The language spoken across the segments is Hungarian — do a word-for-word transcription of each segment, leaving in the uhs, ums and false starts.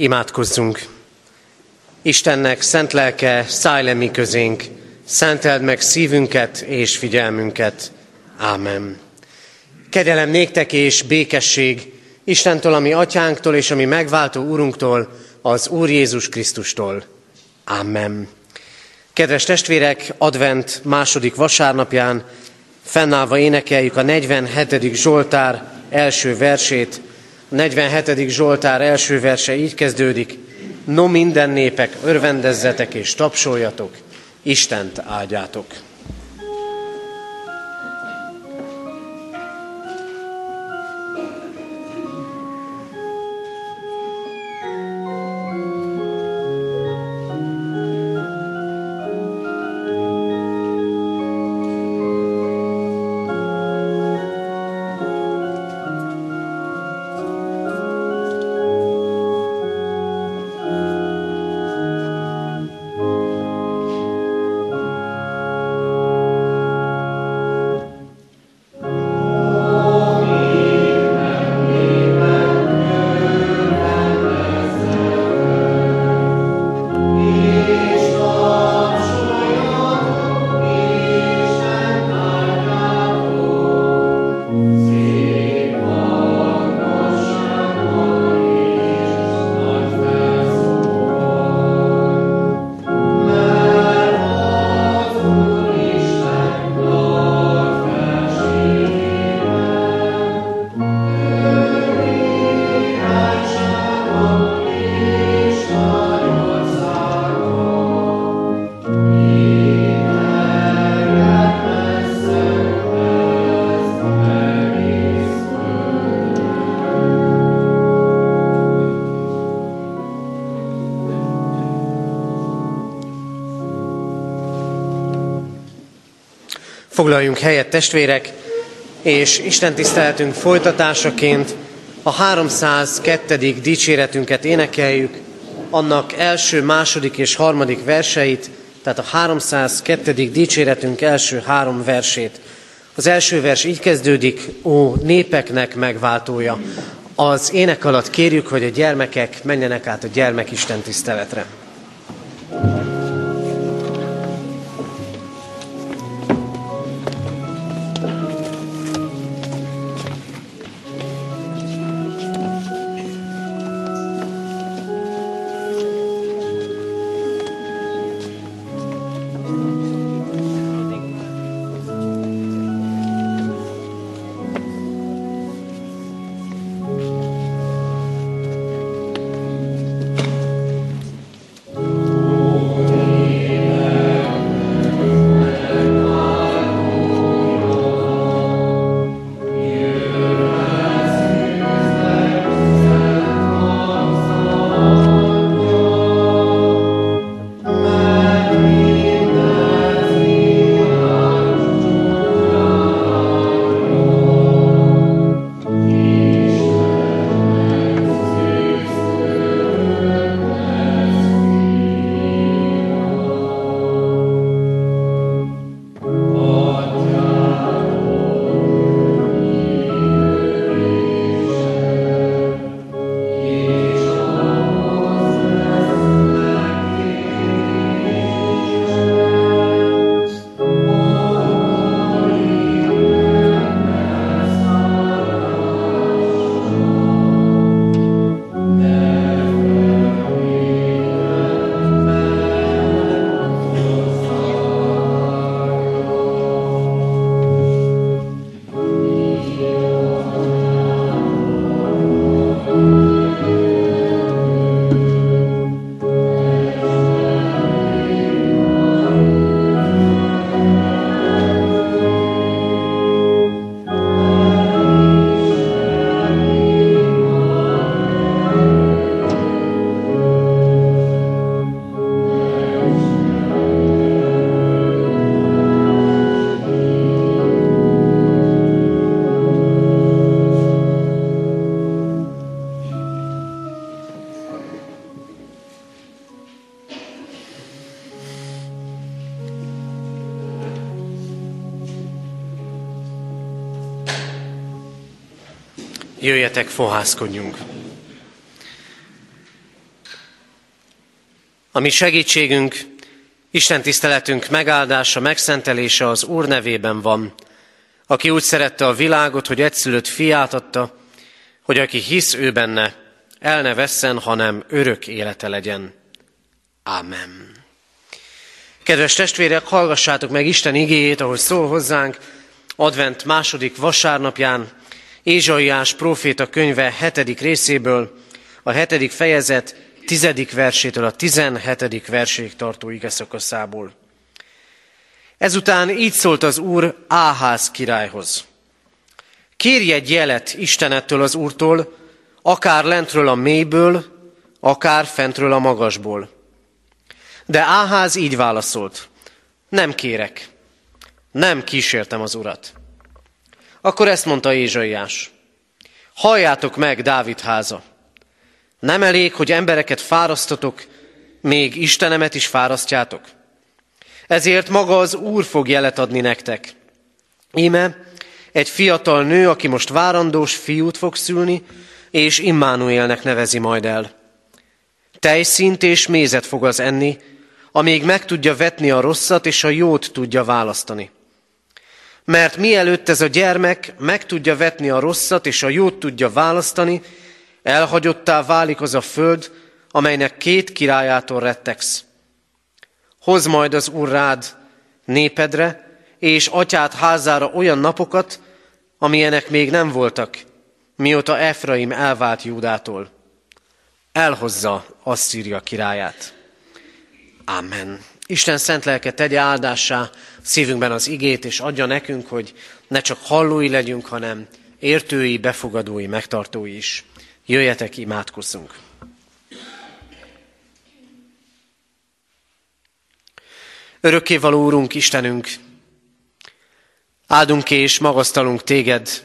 Imádkozzunk! Istennek szent lelke, szállj le mi közénk, szenteld meg szívünket és figyelmünket. Ámen. Kegyelem néktek és békesség Istentől, ami atyánktól és ami megváltó Urunktól, az Úr Jézus Krisztustól. Ámen. Kedves testvérek, advent második vasárnapján fennállva énekeljük a negyvenhetedik Zsoltár első versét. A negyvenhetedik Zsoltár első verse így kezdődik: No minden népek, örvendezzetek és tapsoljatok, Istent áldjátok. Foglaljunk helyet, testvérek, és Isten tiszteletünk folytatásaként a háromszázkettő. dicséretünket énekeljük, annak első, második és harmadik verseit, tehát a háromszázkettő. dicséretünk első három versét. Az első vers így kezdődik: Ó, népeknek megváltója. Az ének alatt kérjük, hogy a gyermekek menjenek át a gyermekisten tiszteletre. Jöjjetek, fohászkodjunk! A mi segítségünk, Isten tiszteletünk megáldása, megszentelése az Úr nevében van, aki úgy szerette a világot, hogy egyszülött fiát adta, hogy aki hisz ő benne, el ne vesszen, hanem örök élete legyen. Ámen. Kedves testvérek, hallgassátok meg Isten igéjét, ahogy szól hozzánk advent második vasárnapján, Ézsaiás próféta könyve hetedik részéből, a hetedik fejezet tizedik versétől a tizenhetedik verséig tartó igeszakaszából. Ezután így szólt az Úr Áház királyhoz. Kérj egy jelet Istenettől, az Úrtól, akár lentről a mélyből, akár fentről a magasból. De Áház így válaszolt. Nem kérek, nem kísértem az Urat. Akkor ezt mondta Ézsaiás. Halljátok meg, Dávid háza. Nem elég, hogy embereket fárasztatok, még Istenemet is fárasztjátok. Ezért maga az Úr fog jelet adni nektek. Íme egy fiatal nő, aki most várandós fiút fog szülni, és Immánuélnek nevezi majd el. Tejszínt és mézet fog az enni, amíg meg tudja vetni a rosszat, és a jót tudja választani. Mert mielőtt ez a gyermek meg tudja vetni a rosszat, és a jót tudja választani, elhagyottá válik az a föld, amelynek két királyától rettegsz. Hozz majd az Úr rád, népedre, és atyád házára olyan napokat, amilyenek még nem voltak, mióta Efraim elvált Júdától. Elhozza Asszíria királyát. Amen. Isten szent lelke tegye áldássá szívünkben az igét, és adja nekünk, hogy ne csak hallói legyünk, hanem értői, befogadói, megtartói is. Jöjjetek, imádkozzunk! Örökkévaló Úrunk, Istenünk, áldunk és magasztalunk téged,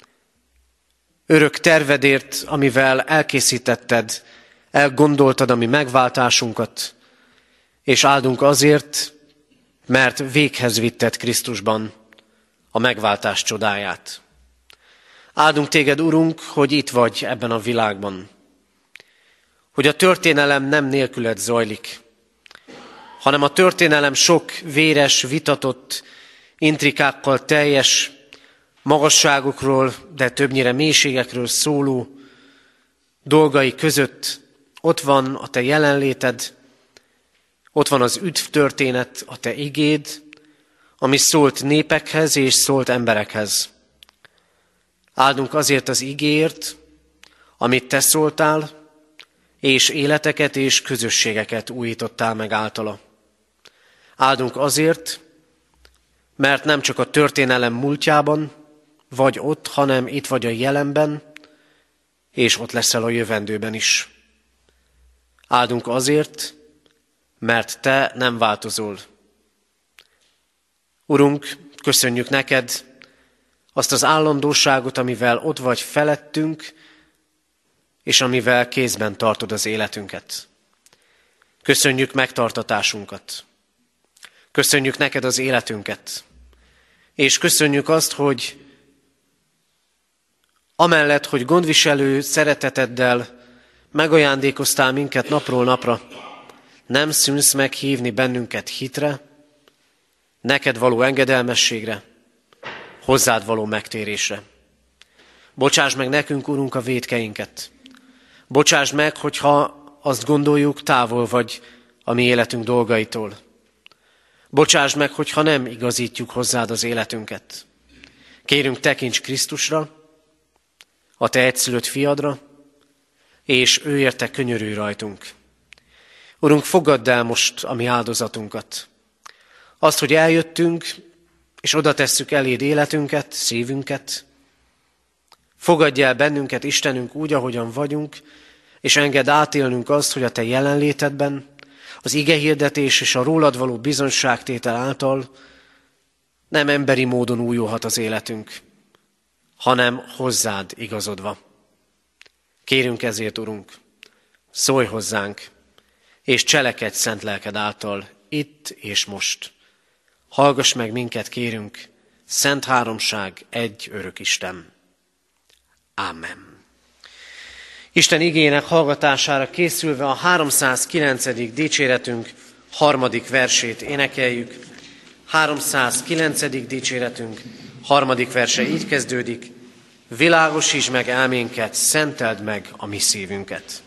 örök tervedért, amivel elkészítetted, elgondoltad a mi megváltásunkat, és áldunk azért, mert véghez vitted Krisztusban a megváltás csodáját. Áldunk téged, Urunk, hogy itt vagy ebben a világban, hogy a történelem nem nélküled zajlik, hanem a történelem sok véres, vitatott, intrikákkal teljes, magasságokról, de többnyire mélységekről szóló dolgai között ott van a te jelenléted, ott van az üdv történet, a te igéd, ami szólt népekhez és szólt emberekhez. Áldunk azért az igéért, amit te szóltál, és életeket és közösségeket újítottál meg általa. Áldunk azért, mert nem csak a történelem múltjában vagy ott, hanem itt vagy a jelenben, és ott leszel a jövendőben is. Áldunk azért, mert te nem változol. Urunk, köszönjük neked azt az állandóságot, amivel ott vagy felettünk, és amivel kézben tartod az életünket. Köszönjük megtartatásunkat. Köszönjük neked az életünket. És köszönjük azt, hogy amellett, hogy gondviselő szereteteddel megajándékoztál minket napról napra, nem szűnsz meg hívni bennünket hitre, neked való engedelmességre, hozzád való megtérésre. Bocsáss meg nekünk, Urunk, a vétkeinket. Bocsáss meg, hogyha azt gondoljuk, távol vagy a mi életünk dolgaitól. Bocsáss meg, hogyha nem igazítjuk hozzád az életünket. Kérünk, tekints Krisztusra, a te egyszülött fiadra, és ő érte könyörülj rajtunk. Urunk, fogadd el most a mi áldozatunkat. Azt, hogy eljöttünk, és oda tesszük eléd életünket, szívünket. Fogadj el bennünket, Istenünk, úgy, ahogyan vagyunk, és engedd átélnünk azt, hogy a te jelenlétedben, az igehirdetés és a rólad való bizonyságtétel által nem emberi módon újulhat az életünk, hanem hozzád igazodva. Kérünk ezért, Urunk, szólj hozzánk, és cselekedj szent lelked által, itt és most. Hallgass meg minket, kérünk, szent háromság, egy örök Isten. Ámen. Isten igének hallgatására készülve a háromszázkilencedik dicséretünk harmadik versét énekeljük. háromszázkilencedik dicséretünk harmadik verse így kezdődik: világosítsd meg elménket, szenteld meg a mi szívünket.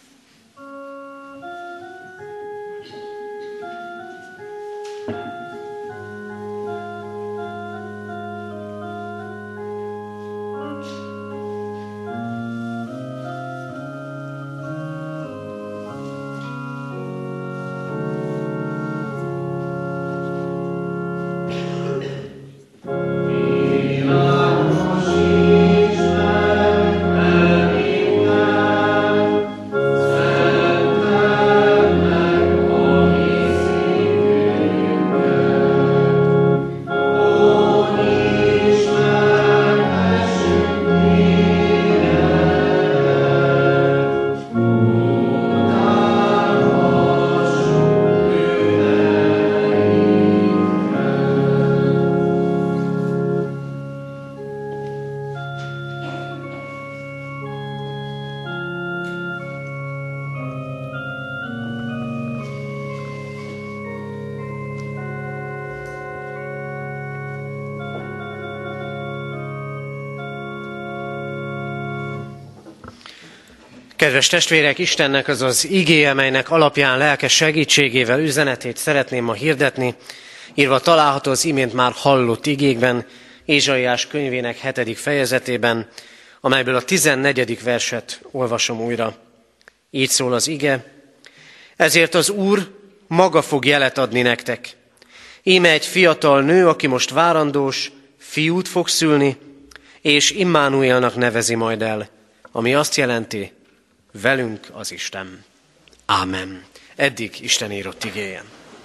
Kedves testvérek, Istennek az az igéje, melynek alapján lelkes segítségével üzenetét szeretném ma hirdetni, írva található az imént már hallott igékben, Ézsaiás könyvének hetedik fejezetében, amelyből a tizennegyedik verset olvasom újra. Így szól az ige: ezért az Úr maga fog jelet adni nektek. Íme egy fiatal nő, aki most várandós, fiút fog szülni, és Immanuelnak nevezi majd el, ami azt jelenti, velünk az Isten. Ámen. Eddig Isten írott igéje.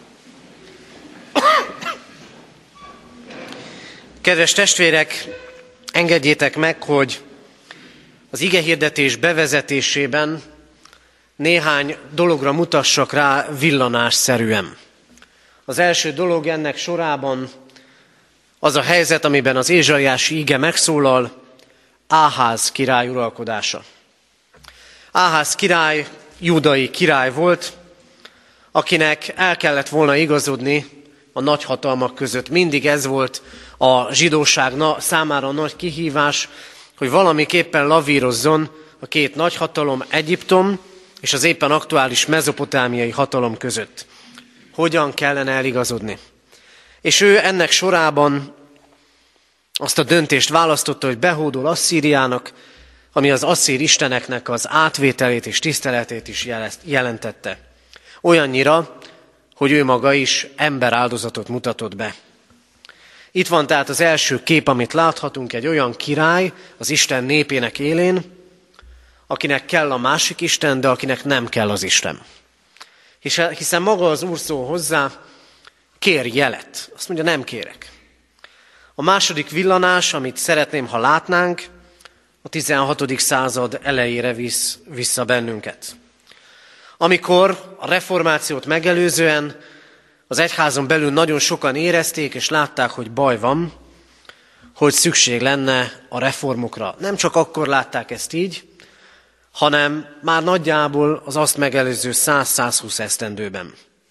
Kedves testvérek, engedjétek meg, hogy az igehirdetés bevezetésében néhány dologra mutassak rá villanásszerűen. Az első dolog ennek sorában az a helyzet, amiben az ézsaiási ige megszólal, Áház király uralkodása. Áház király júdai király volt, akinek el kellett volna igazodni a nagyhatalmak között. Mindig ez volt a zsidóság számára a nagy kihívás, hogy valamiképpen lavírozzon a két nagyhatalom, Egyiptom és az éppen aktuális mezopotámiai hatalom között. Hogyan kellene eligazodni? És ő ennek sorában azt a döntést választotta, hogy behódol Asszíriának, ami az asszír isteneknek az átvételét és tiszteletét is jelentette. Olyannyira, hogy ő maga is emberáldozatot mutatott be. Itt van tehát az első kép, amit láthatunk, egy olyan király az Isten népének élén, akinek kell a másik Isten, de akinek nem kell az Isten. Hiszen maga az Úr szól hozzá, kér jelet. Azt mondja, nem kérek. A második villanás, amit szeretném, ha látnánk, a tizenhatodik század elejére visz vissza bennünket. Amikor a reformációt megelőzően az egyházon belül nagyon sokan érezték és látták, hogy baj van, hogy szükség lenne a reformokra. Nem csak akkor látták ezt így, hanem már nagyjából az azt megelőző száz-százhúsz esztendőben.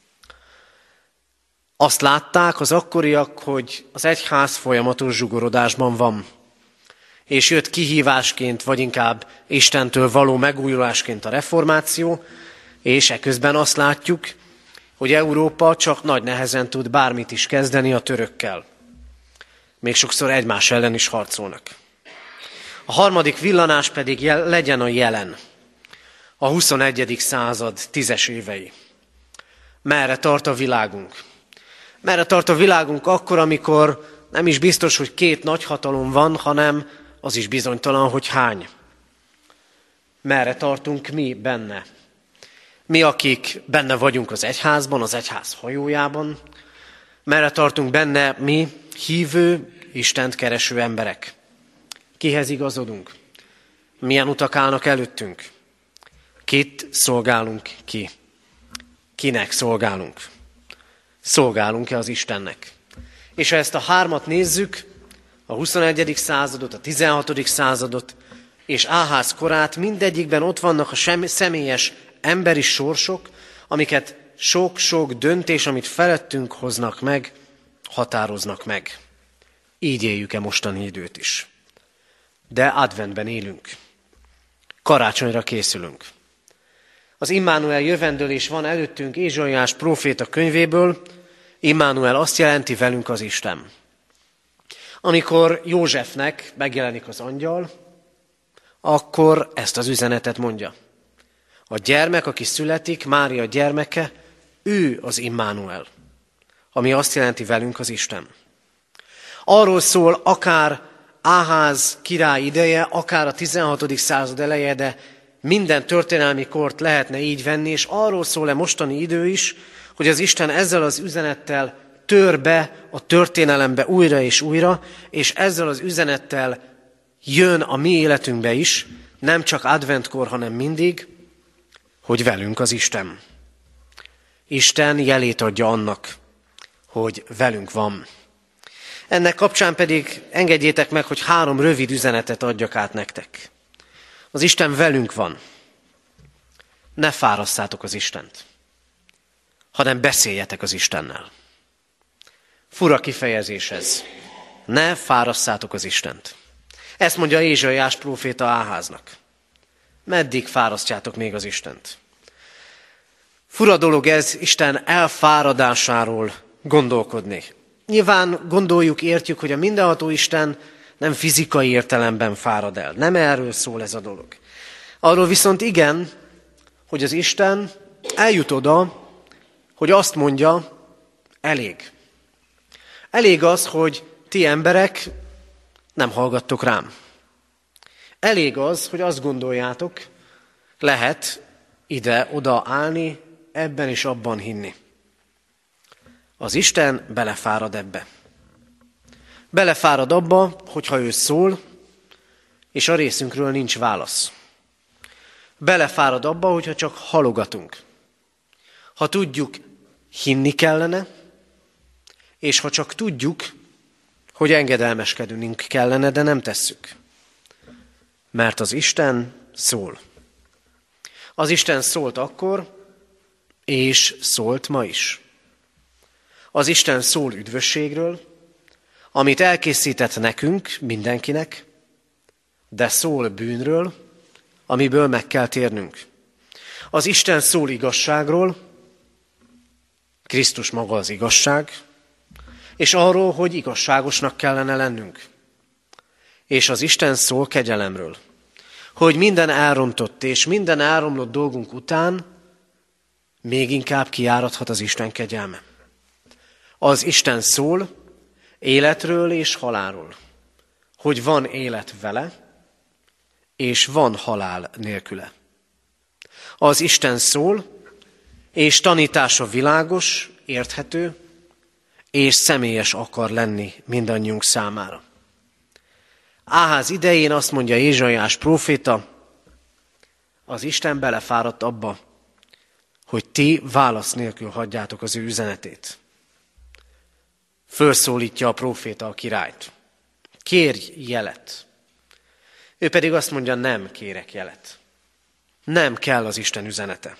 Azt látták az akkoriak, hogy az egyház folyamatos zsugorodásban van, és jött kihívásként, vagy inkább Istentől való megújulásként a reformáció, és eközben azt látjuk, hogy Európa csak nagy nehezen tud bármit is kezdeni a törökkel. Még sokszor egymás ellen is harcolnak. A harmadik villanás pedig jel- legyen a jelen, a huszonegyedik század tízes évei. Merre tart a világunk? Merre tart a világunk akkor, amikor nem is biztos, hogy két nagyhatalom van, hanem az is bizonytalan, hogy hány. Merre tartunk mi benne? Mi, akik benne vagyunk az egyházban, az egyház hajójában, merre tartunk benne mi, hívő, Istent kereső emberek? Kihez igazodunk? Milyen utak állnak előttünk? Kit szolgálunk ki? Kinek szolgálunk? Szolgálunk-e az Istennek? És ha ezt a hármat nézzük, a huszonegyedik századot, a tizenhatodik századot, és Áház korát, mindegyikben ott vannak a személyes emberi sorsok, amiket sok-sok döntés, amit felettünk hoznak meg, határoznak meg. Így éljük-e mostani időt is. De adventben élünk. Karácsonyra készülünk. Az Immanuel jövendőlés van előttünk Ézsaiás próféta könyvéből. Immanuel azt jelenti, velünk az Isten. Amikor Józsefnek megjelenik az angyal, akkor ezt az üzenetet mondja. A gyermek, aki születik, Mária gyermeke, ő az Immanuel, ami azt jelenti, velünk az Isten. Arról szól akár Áház király ideje, akár a tizenhatodik század eleje, de minden történelmi kort lehetne így venni, és arról szól-e mostani idő is, hogy az Isten ezzel az üzenettel tör be a történelembe újra és újra, és ezzel az üzenettel jön a mi életünkbe is, nem csak adventkor, hanem mindig, hogy velünk az Isten. Isten jelét adja annak, hogy velünk van. Ennek kapcsán pedig engedjétek meg, hogy három rövid üzenetet adjak át nektek. Az Isten velünk van. Ne fárasszátok az Istent, hanem beszéljetek az Istennel. Fura kifejezés ez. Ne fárasszátok az Istent. Ezt mondja Ézsaiás próféta Áháznak. Meddig fárasztjátok még az Istent? Fura dolog ez, Isten elfáradásáról gondolkodni. Nyilván gondoljuk, értjük, hogy a mindenható Isten nem fizikai értelemben fárad el. Nem erről szól ez a dolog. Arról viszont igen, hogy az Isten eljut oda, hogy azt mondja, elég. Elég az, hogy ti emberek nem hallgattok rám. Elég az, hogy azt gondoljátok, lehet ide-oda állni, ebben és abban hinni. Az Isten belefárad ebbe. Belefárad abba, hogyha ő szól, és a részünkről nincs válasz. Belefárad abba, hogyha csak halogatunk. Ha tudjuk, hinni kellene, és ha csak tudjuk, hogy engedelmeskedünk kellene, de nem tesszük. Mert az Isten szól. Az Isten szólt akkor, és szólt ma is. Az Isten szól üdvösségről, amit elkészített nekünk, mindenkinek, de szól bűnről, amiből meg kell térnünk. Az Isten szól igazságról, Krisztus maga az igazság, és arról, hogy igazságosnak kellene lennünk. És az Isten szól kegyelemről, hogy minden elrontott és minden elromlott dolgunk után még inkább kiáradhat az Isten kegyelme. Az Isten szól életről és halálról, hogy van élet vele, és van halál nélküle. Az Isten szól, és tanítása világos, érthető, és személyes akar lenni mindannyiunk számára. Áház idején azt mondja Ézsaiás próféta, az Isten belefáradt abba, hogy ti válasz nélkül hagyjátok az ő üzenetét. Fölszólítja a próféta a királyt. Kérj jelet. Ő pedig azt mondja, nem kérek jelet. Nem kell az Isten üzenete.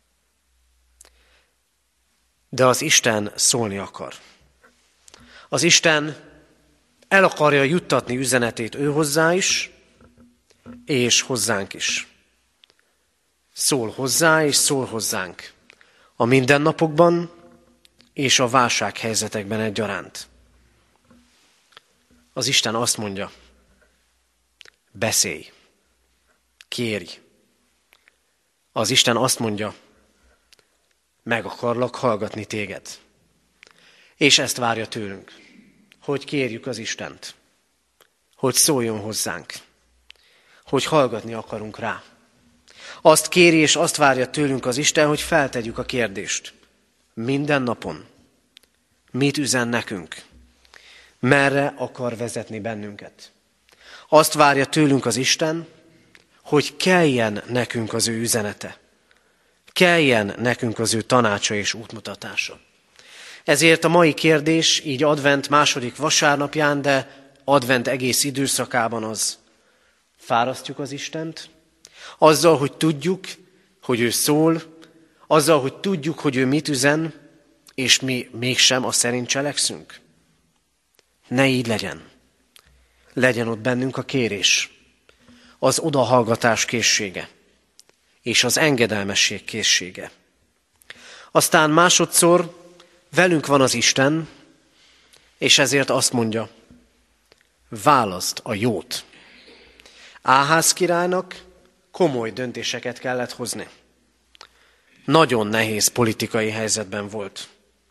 De az Isten szólni akar. Az Isten el akarja juttatni üzenetét ő hozzá is, és hozzánk is. Szól hozzá, és szól hozzánk. A mindennapokban, és a válsághelyzetekben egyaránt. Az Isten azt mondja, beszélj, kérj. Az Isten azt mondja, meg akarlak hallgatni téged. És ezt várja tőlünk, hogy kérjük az Istent, hogy szóljon hozzánk, hogy hallgatni akarunk rá. Azt kéri és azt várja tőlünk az Isten, hogy feltegyük a kérdést. Minden napon. Mit üzen nekünk? Merre akar vezetni bennünket? Azt várja tőlünk az Isten, hogy keljen nekünk az ő üzenete. Keljen nekünk az ő tanácsa és útmutatása. Ezért a mai kérdés, így advent második vasárnapján, de advent egész időszakában az, Fárasztjuk az Istent, azzal, hogy tudjuk, hogy ő szól, azzal, hogy tudjuk, hogy ő mit üzen, és mi mégsem a szerint cselekszünk. Ne így legyen. Legyen ott bennünk a kérés, az odahallgatás készsége, és az engedelmesség készsége. Aztán másodszor velünk van az Isten, és ezért azt mondja, válaszd a jót. Áház királynak komoly döntéseket kellett hozni. Nagyon nehéz politikai helyzetben volt,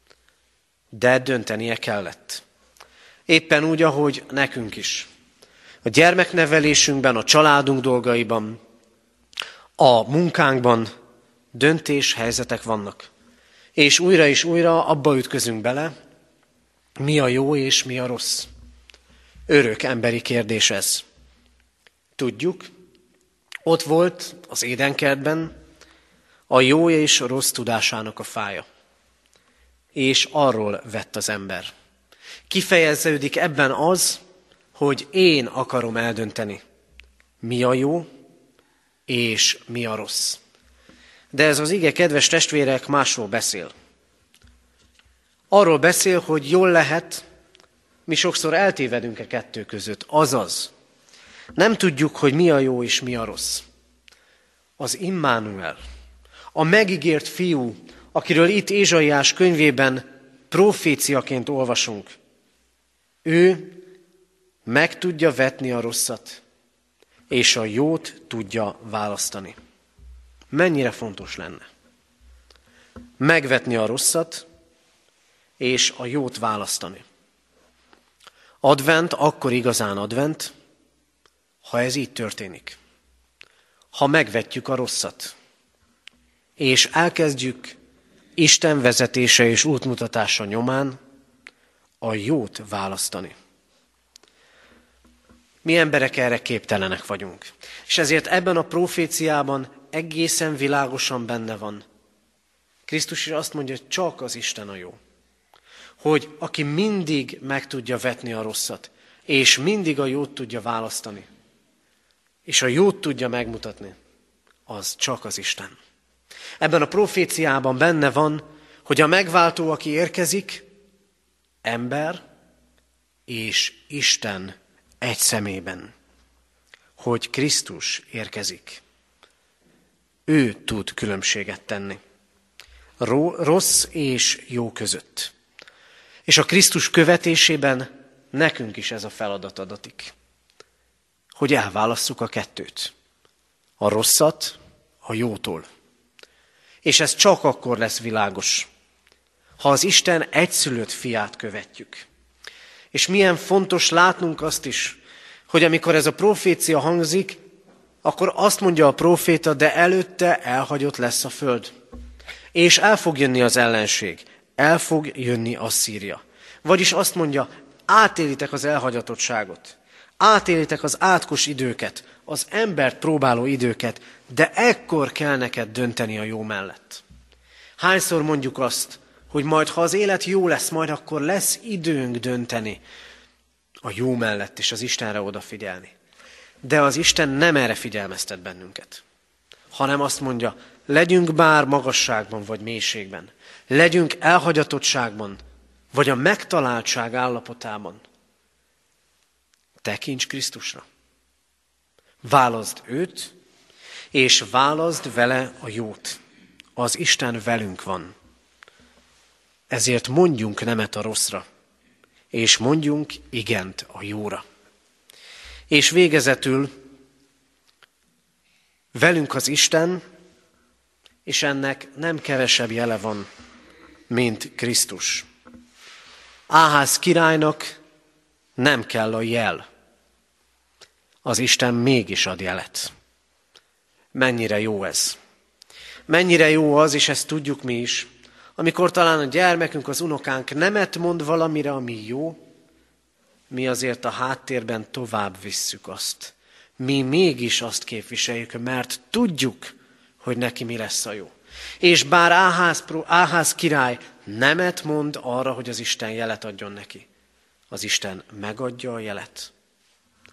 de döntenie kellett. Éppen úgy, ahogy nekünk is. A gyermeknevelésünkben, a családunk dolgaiban, a munkánkban döntéshelyzetek vannak. És újra és újra abba ütközünk bele, mi a jó és mi a rossz. Örök emberi kérdés ez. Tudjuk, ott volt az édenkertben a jó és a rossz tudásának a fája. És arról vett az ember. Kifejeződik ebben az, hogy én akarom eldönteni, mi a jó és mi a rossz. De ez az ige, kedves testvérek, másról beszél. Arról beszél, hogy jól lehet, mi sokszor eltévedünk a kettő között. Azaz, nem tudjuk, hogy mi a jó és mi a rossz. Az Immanuel, a megígért fiú, akiről itt Ézsaiás könyvében proféciaként olvasunk, ő meg tudja vetni a rosszat, és a jót tudja választani. Mennyire fontos lenne megvetni a rosszat, és a jót választani. Advent akkor igazán advent, ha ez így történik. Ha megvetjük a rosszat, és elkezdjük Isten vezetése és útmutatása nyomán a jót választani. Mi emberek erre képtelenek vagyunk. És ezért ebben a proféciában egészen világosan benne van. Krisztus is azt mondja, hogy csak az Isten a jó. Hogy aki mindig meg tudja vetni a rosszat, és mindig a jót tudja választani, és a jót tudja megmutatni, az csak az Isten. Ebben a proféciában benne van, hogy a megváltó, aki érkezik, ember és Isten egy szemében. Hogy Krisztus érkezik. Ő tud különbséget tenni. Rossz és jó között. És a Krisztus követésében nekünk is ez a feladat adatik. Hogy elválasszuk a kettőt. A rosszat a jótól. És ez csak akkor lesz világos, ha az Isten egyszülött fiát követjük. És milyen fontos látnunk azt is, hogy amikor ez a profécia hangzik, akkor azt mondja a proféta, de előtte elhagyott lesz a föld. És el fog jönni az ellenség, el fog jönni Asszíria. Vagyis azt mondja, átélitek az elhagyatottságot, átélitek az átkos időket, az embert próbáló időket, de ekkor kell neked dönteni a jó mellett. Hányszor mondjuk azt, hogy majd ha az élet jó lesz, majd akkor lesz időnk dönteni a jó mellett és az Istenre odafigyelni. De az Isten nem erre figyelmeztet bennünket, hanem azt mondja, legyünk bár magasságban vagy mélységben, legyünk elhagyatottságban, vagy a megtaláltság állapotában. Tekints Krisztusra. Válaszd őt, és válaszd vele a jót. Az Isten velünk van. Ezért mondjunk nemet a rosszra, és mondjunk igent a jóra. És végezetül velünk az Isten, és ennek nem kevesebb jele van, mint Krisztus. Áház királynak nem kell a jel. Az Isten mégis ad jelet. Mennyire jó ez. Mennyire jó az, és ezt tudjuk mi is, amikor talán a gyermekünk, az unokánk nemet mond valamire, ami jó, mi azért a háttérben tovább visszük azt. Mi mégis azt képviseljük, mert tudjuk, hogy neki mi lesz a jó. És bár Áház, Áház király nemet mond arra, hogy az Isten jelet adjon neki, az Isten megadja a jelet.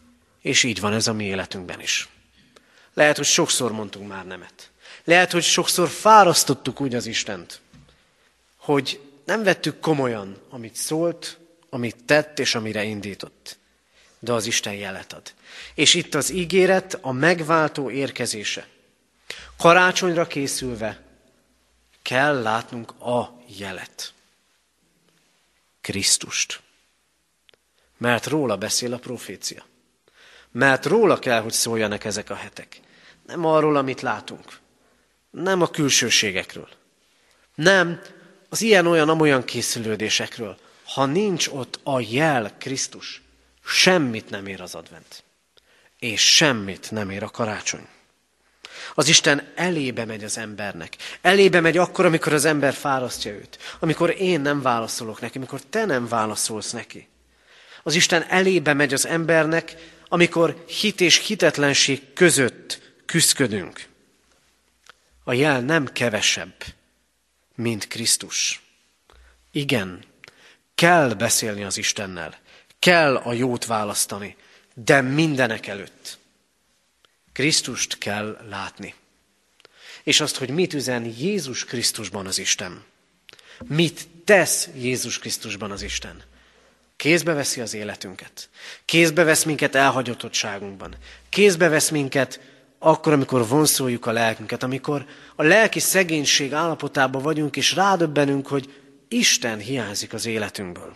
És így van ez a mi életünkben is. Lehet, hogy sokszor mondtunk már nemet. Lehet, hogy sokszor fárasztottuk úgy az Istent, hogy nem vettük komolyan, amit szólt, amit tett és amire indított. De az Isten jelet ad. És itt az ígéret, a megváltó érkezése. Karácsonyra készülve kell látnunk a jelet. Krisztust. Mert róla beszél a profécia. Mert róla kell, hogy szóljanak ezek a hetek. Nem arról, amit látunk. Nem a külsőségekről. Nem az ilyen-olyan-amolyan készülődésekről. Ha nincs ott a jel, Krisztus, semmit nem ér az advent. És semmit nem ér a karácsony. Az Isten elébe megy az embernek. Elébe megy akkor, amikor az ember fárasztja őt. Amikor én nem válaszolok neki, amikor te nem válaszolsz neki. Az Isten elébe megy az embernek, amikor hit és hitetlenség között küszködünk. A jel nem kevesebb, mint Krisztus. Igen, kell beszélni az Istennel, kell a jót választani, de mindenek előtt Krisztust kell látni. És azt, hogy mit üzen Jézus Krisztusban az Isten. Mit tesz Jézus Krisztusban az Isten. Kézbe veszi az életünket. Kézbe vesz minket elhagyatottságunkban. Kézbe vesz minket akkor, amikor vonszoljuk a lelkünket, amikor a lelki szegénység állapotában vagyunk, és rádöbbenünk, hogy Isten hiányzik az életünkből.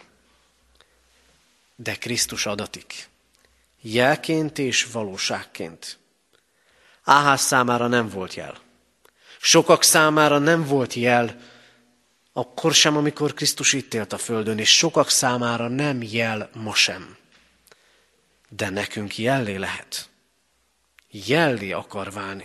De Krisztus adatik. Jelként és valóságként. Áház számára nem volt jel. Sokak számára nem volt jel, akkor sem, amikor Krisztus itt élt a földön, és sokak számára nem jel ma sem. De nekünk jellé lehet. Jellé akar válni.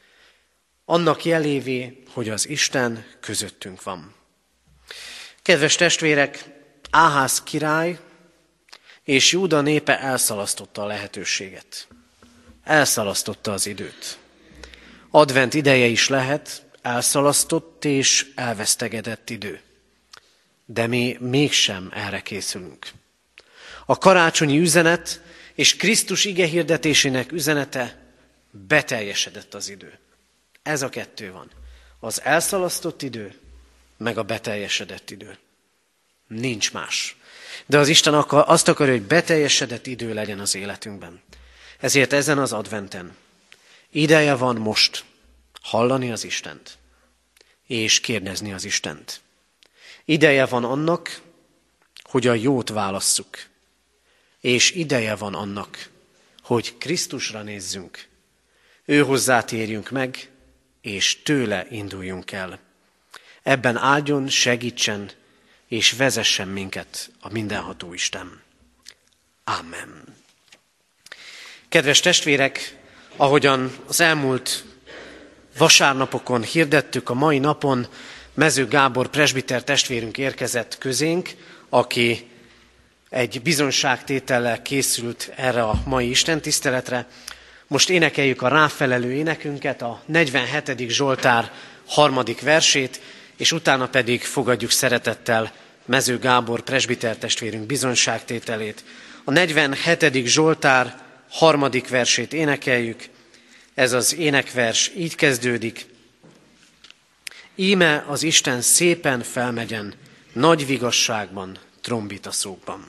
Annak jelévé, hogy az Isten közöttünk van. Kedves testvérek, Áház király és Júda népe elszalasztotta a lehetőséget. Elszalasztotta az időt. Advent ideje is lehet, elszalasztott és elvesztegedett idő. De mi mégsem erre készülünk. A karácsonyi üzenet és Krisztus ige hirdetésének üzenete beteljesedett az idő. Ez a kettő van. Az elszalasztott idő, meg a beteljesedett idő. Nincs más. De az Isten akar, azt akarja, hogy beteljesedett idő legyen az életünkben. Ezért ezen az adventen ideje van most hallani az Istent, és kérdezni az Istent. Ideje van annak, hogy a jót válasszuk, és ideje van annak, hogy Krisztusra nézzünk, ő hozzá térjünk meg, és tőle induljunk el. Ebben áldjon, segítsen, és vezessen minket a mindenható Isten. Amen. Kedves testvérek, ahogyan az elmúlt vasárnapokon hirdettük, a mai napon Mező Gábor presbiter testvérünk érkezett közénk, aki egy bizonyságtétellel készült erre a mai istentiszteletre. Most énekeljük a ráfelelő énekünket, a negyvenhetedik Zsoltár harmadik versét, és utána pedig fogadjuk szeretettel Mező Gábor presbiter testvérünk bizonyságtételét. A negyvenhetedik Zsoltár harmadik versét énekeljük. Ez az énekvers így kezdődik. Íme az Isten szépen felmegyen, nagy vigasságban, trombitaszókban.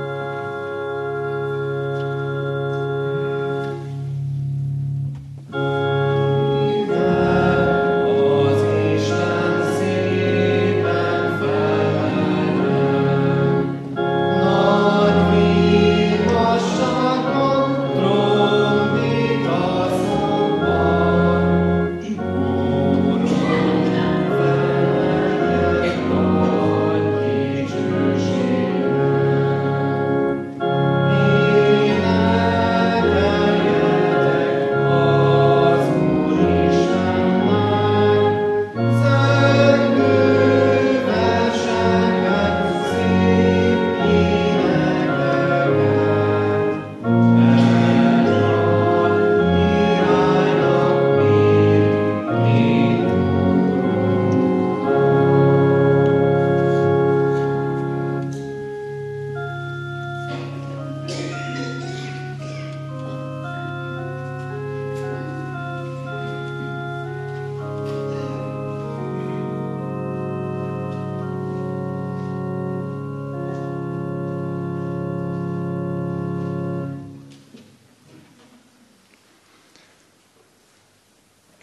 Thank you.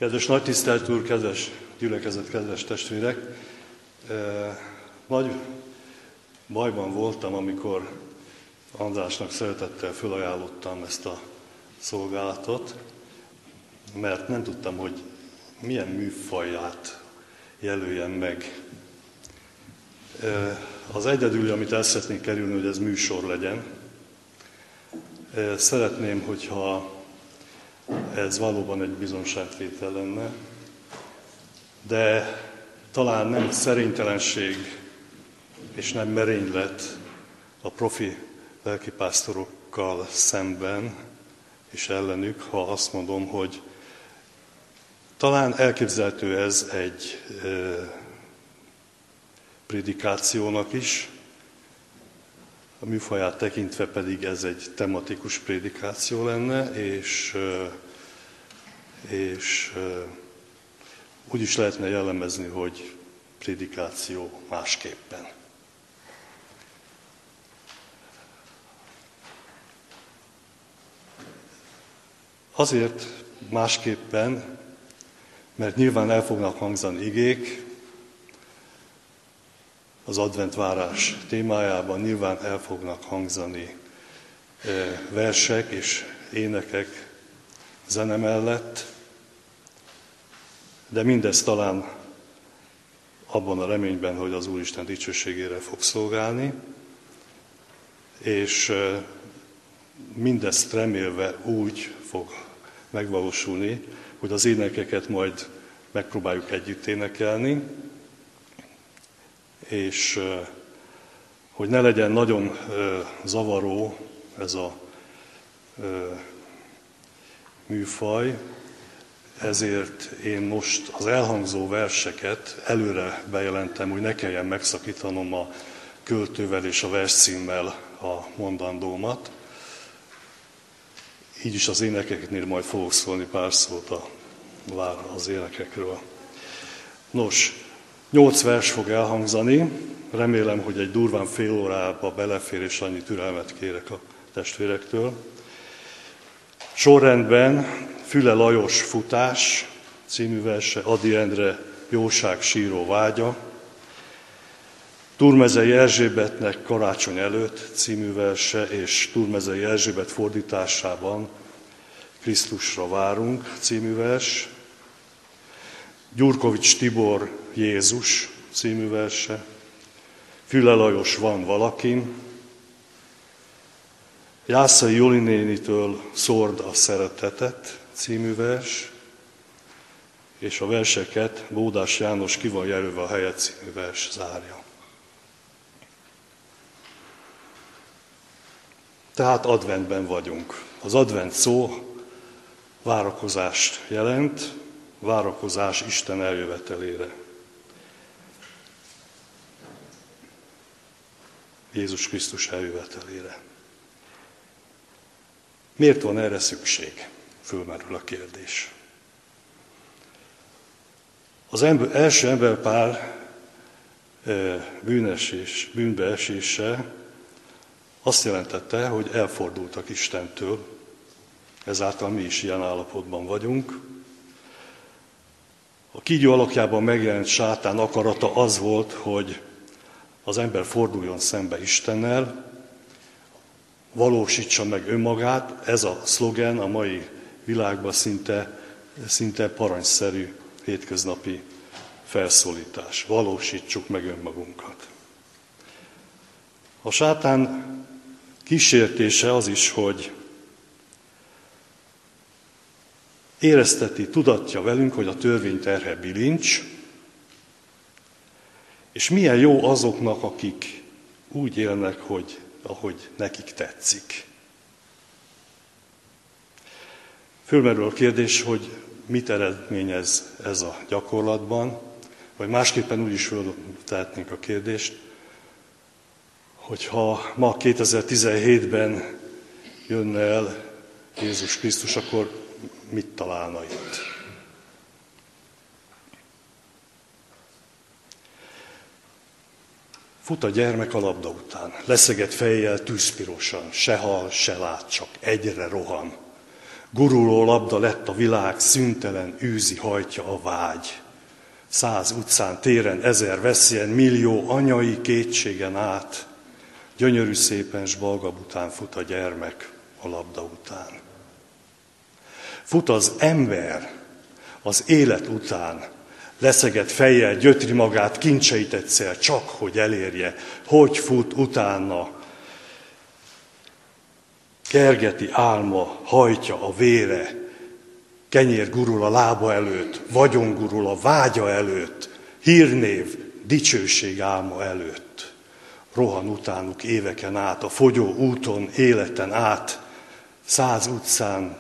Kedves nagy tisztelt Úr, kedves gyülekezet, kedves testvérek! Nagy bajban voltam, amikor Andrásnak szeretettel felajánlottam ezt a szolgálatot, mert nem tudtam, hogy milyen műfaját jelöljem meg. Az egyedüli, amit el szeretnék kerülni, hogy ez műsor legyen. Szeretném, hogyha ez valóban egy bizonságtétel lenne, de talán nem szerénytelenség és nem merénylet a profi lelkipásztorokkal szemben és ellenük, ha azt mondom, hogy talán elképzelhető ez egy e, prédikációnak is, a műfaját tekintve pedig ez egy tematikus prédikáció lenne, és, és úgy is lehetne jellemezni, hogy prédikáció másképpen. Azért másképpen, mert nyilván el fognak hangzani igék, az adventvárás témájában nyilván el fognak hangzani versek és énekek zene mellett, de mindez talán abban a reményben, hogy az Úristen dicsőségére fog szolgálni, és mindezt remélve úgy fog megvalósulni, hogy az énekeket majd megpróbáljuk együtt énekelni, és hogy ne legyen nagyon zavaró ez a műfaj, ezért én most az elhangzó verseket előre bejelentem, hogy ne kelljen megszakítanom a költővel és a verscímmel a mondandómat. Így is az énekeknél majd fogok szólni pár szót a, az énekekről. Nos, nyolc vers fog elhangzani, remélem, hogy egy durván fél órába belefér, és annyi türelmet kérek a testvérektől. Sorrendben Füle Lajos Futás című verse, Ady Endre Jóság síró vágya, Turmezei Erzsébetnek Karácsony előtt című verse, és Turmezei Erzsébet fordításában Krisztusra várunk című vers, Gyurkovics Tibor Jézus című verse, Füle Lajos Van valakin, Jászai Joli nénitől Szórd a szeretetet című vers, és a verseket Bódás János Ki van jelölve a helye című vers zárja. Tehát adventben vagyunk. Az advent szó várakozást jelent, várakozás Isten eljövetelére. Jézus Krisztus eljövetelére. Miért van erre szükség? Fölmerül a kérdés. Az ember, első emberpár bűnesés, bűnbeesése azt jelentette, hogy elfordultak Istentől, ezáltal mi is ilyen állapotban vagyunk. A kígyó alakjában megjelent sátán akarata az volt, hogy az ember forduljon szembe Istennel, valósítsa meg önmagát. Ez a szlogen a mai világban szinte, szinte parancsszerű hétköznapi felszólítás. Valósítsuk meg önmagunkat. A sátán kísértése az is, hogy érezteti, tudatja velünk, hogy a törvény terhe bilincs, és milyen jó azoknak, akik úgy élnek, hogy ahogy nekik tetszik. Fölmerül a kérdés, hogy mit eredményez ez a gyakorlatban, vagy másképpen úgy is föltehetnénk a kérdést, hogyha ma kétezer-tizenhétben jönne el Jézus Krisztus, akkor mit találna itt? Fut a gyermek a labda után, leszegett fejjel tűzpirosan, se hal, se lát, csak egyre rohan. Guruló labda lett a világ, szüntelen űzi hajtja a vágy. Száz utcán, téren, ezer veszélyen, millió anyai kétségen át. Gyönyörű szépen s balgab után fut a gyermek a labda után. Fut az ember az élet után, leszegett fejjel gyötri magát, kincseit egyszer csak, hogy elérje, hogy fut utána. Kergeti álma, hajtja a vére, kenyér gurul a lába előtt, vagyon gurul a vágya előtt, hírnév, dicsőség álma előtt. Rohan utánuk éveken át, a fogyó úton, életen át, száz utcán,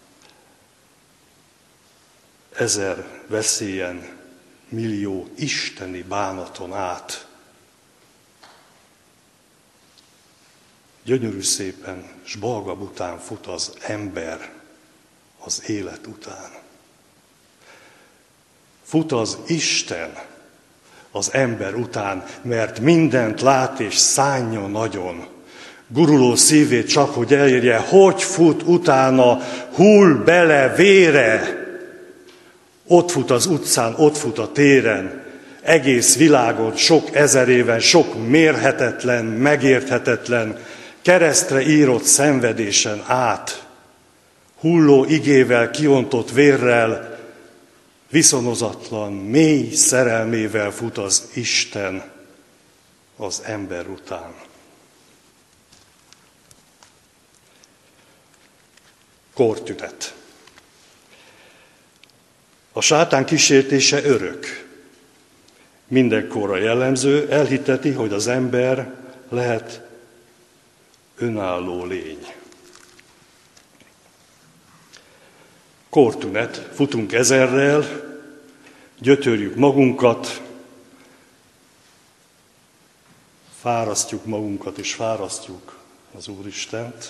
ezer veszélyen, millió isteni bánaton át. Gyönyörű szépen, s balgab után fut az ember az élet után. Fut az Isten az ember után, mert mindent lát és szánja nagyon. Guruló szívét csak, hogy elérje, hogy fut utána, hull bele vére. Ott fut az utcán, ott fut a téren, egész világon, sok ezer éven, sok mérhetetlen, megérthetetlen, keresztre írott szenvedésen át, hulló igével, kiontott vérrel, viszonozatlan, mély szerelmével fut az Isten az ember után. Kortünet. A sátán kísértése örök. Mindenkorra jellemző, elhitteti, hogy az ember lehet önálló lény. Kortünet, futunk ezerrel, gyötörjük magunkat, fárasztjuk magunkat és fárasztjuk az Úristent.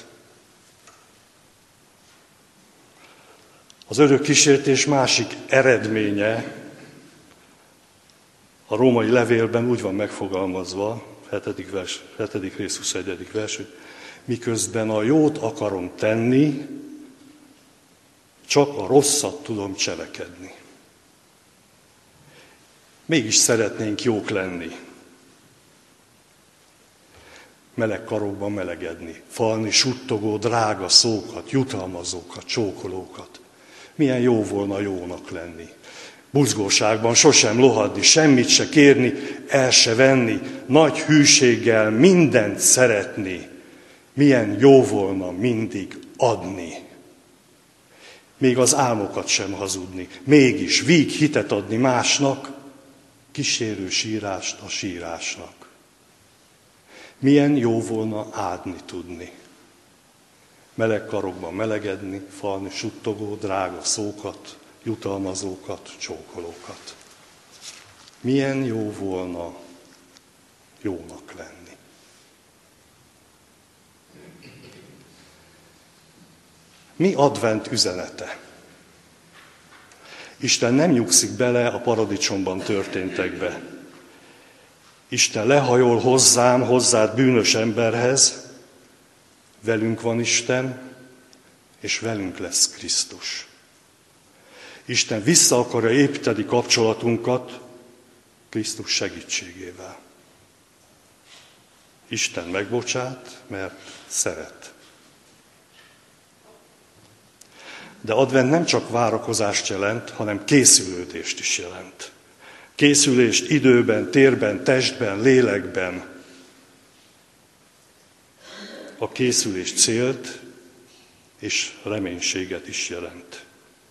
Az örök kísértés másik eredménye a római levélben úgy van megfogalmazva, hetedik, vers, hetedik rész, huszonegyedik vers, hogy miközben a jót akarom tenni, csak a rosszat tudom cselekedni. Mégis szeretnénk jók lenni. Meleg karokban melegedni, falni suttogó, drága szókat, jutalmazókat, csókolókat. Milyen jó volna jónak lenni. Buzgóságban sosem lohadni, semmit se kérni, el se venni, nagy hűséggel mindent szeretni. Milyen jó volna mindig adni. Még az álmokat sem hazudni, mégis víg hitet adni másnak, kísérő sírást a sírásnak. Milyen jó volna áldni tudni. Meleg karokban melegedni, falni suttogó, drága szókat, jutalmazókat, csókolókat. Milyen jó volna jónak lenni. Mi advent üzenete? Isten nem nyugszik bele a paradicsomban történtekbe. Isten lehajol hozzám, hozzád bűnös emberhez, velünk van Isten, és velünk lesz Krisztus. Isten vissza akarja építeni kapcsolatunkat Krisztus segítségével. Isten megbocsát, mert szeret. De advent nem csak várakozást jelent, hanem készülődést is jelent. Készülést időben, térben, testben, lélekben. A készülés célt és reménységet is jelent.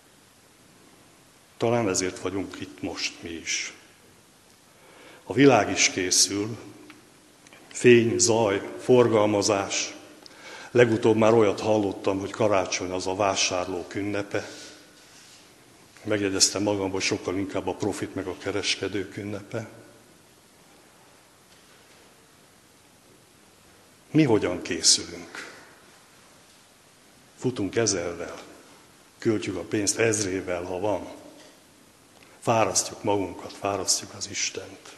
Talán ezért vagyunk itt most mi is. A világ is készül, fény, zaj, forgalmazás. Legutóbb már olyat hallottam, hogy karácsony az a vásárlók ünnepe. Megjegyeztem magamban, hogy sokkal inkább a profit meg a kereskedők ünnepe. Mi hogyan készülünk? Futunk ezerrel, költjük a pénzt ezrével, ha van. Fárasztjuk magunkat, fárasztjuk az Istent.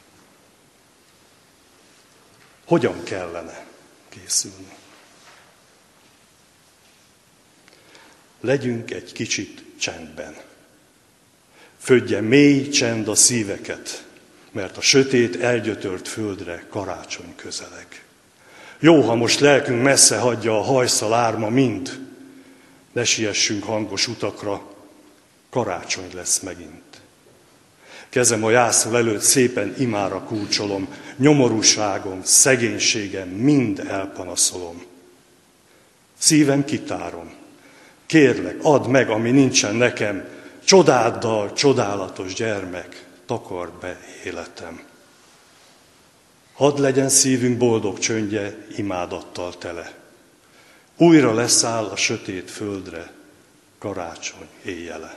Hogyan kellene készülni? legyünk egy kicsit csendben. Födje mély csend a szíveket, mert a sötét, elgyötört földre karácsony közeleg. Jó, ha most lelkünk messze hagyja a hajszal árma mind, ne siessünk hangos utakra, karácsony lesz megint. Kezem a jászol előtt szépen imára kulcsolom, nyomorúságom, szegénységem mind elpanaszolom. Szívem kitárom, kérlek, add meg, ami nincsen nekem, csodáddal, csodálatos gyermek, takard be életem. Hadd legyen szívünk boldog csöndje, imádattal tele. Újra leszáll a sötét földre, karácsony éjjele.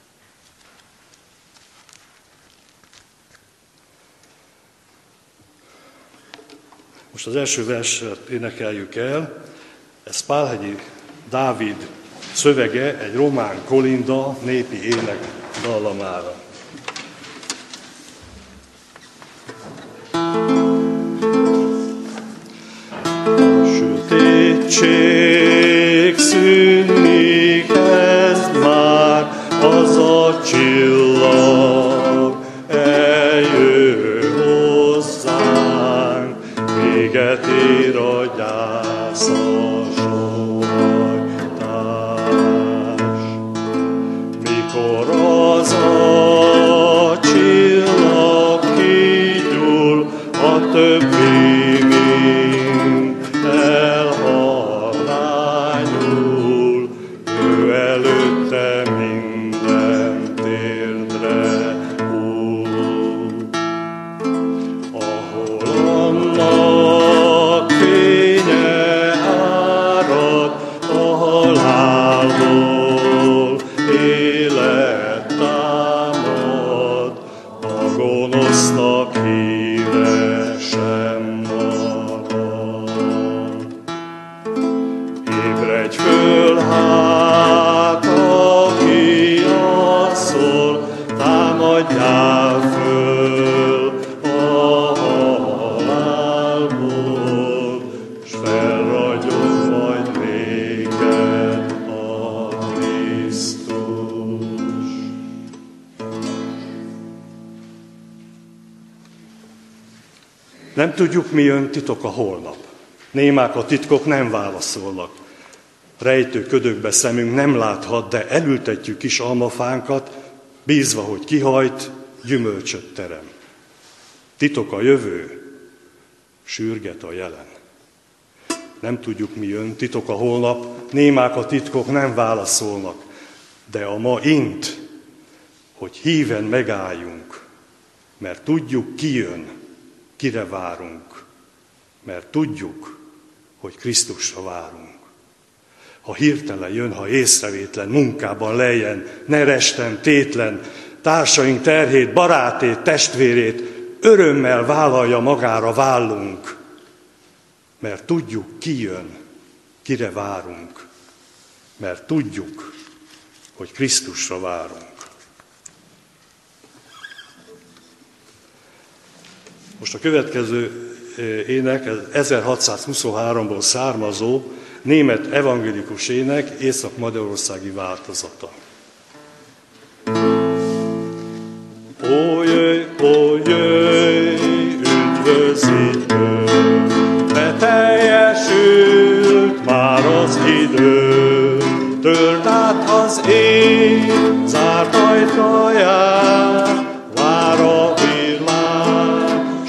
Most az első verset énekeljük el, ez Pálhegyi Dávid szövege egy román kolinda népi ének dallamára. A sötétség szűnni kezd már, az a csillag eljön hozzánk, véget ér a gyászas hajtás. Mikor az a csillag kigyúl, a többi mind elhalványul, ő előtte minden térdre hull. Ahol annak fénye árad a halálból, élet támad, a gonosznak híre sem marad. Ébredj föl hát, aki alszol, támadjál föl a halálból, s felragyog majd véged a Krisztus. Nem tudjuk, mi jön, titok a holnap. Némák a titkok, nem válaszolnak. Rejtő ködökbe szemünk nem láthat, de elültetjük kis almafánkat, bízva, hogy kihajt, gyümölcsöt terem. Titok a jövő, sürget a jelen. Nem tudjuk, mi jön, titok a holnap, némák a titkok, nem válaszolnak. De a ma int, hogy híven megálljunk, mert tudjuk, ki jön, kire várunk, mert tudjuk, hogy Krisztusra várunk. Ha hirtelen jön, ha észrevétlen, munkában lejjen, ne resten, tétlen, társaink terhét, barátét, testvérét örömmel vállalja magára vállunk, mert tudjuk, ki jön, kire várunk, mert tudjuk, hogy Krisztusra várunk. Most a következő ének, ez ezerhatszázhuszonháromból származó német evangélikus ének, észak-magyarországi változata. Ó, jöjj, ó, jöjj, üdvözítő, beteljesült már az idő, törd át az ég, zárt ajtaját, vár a világ,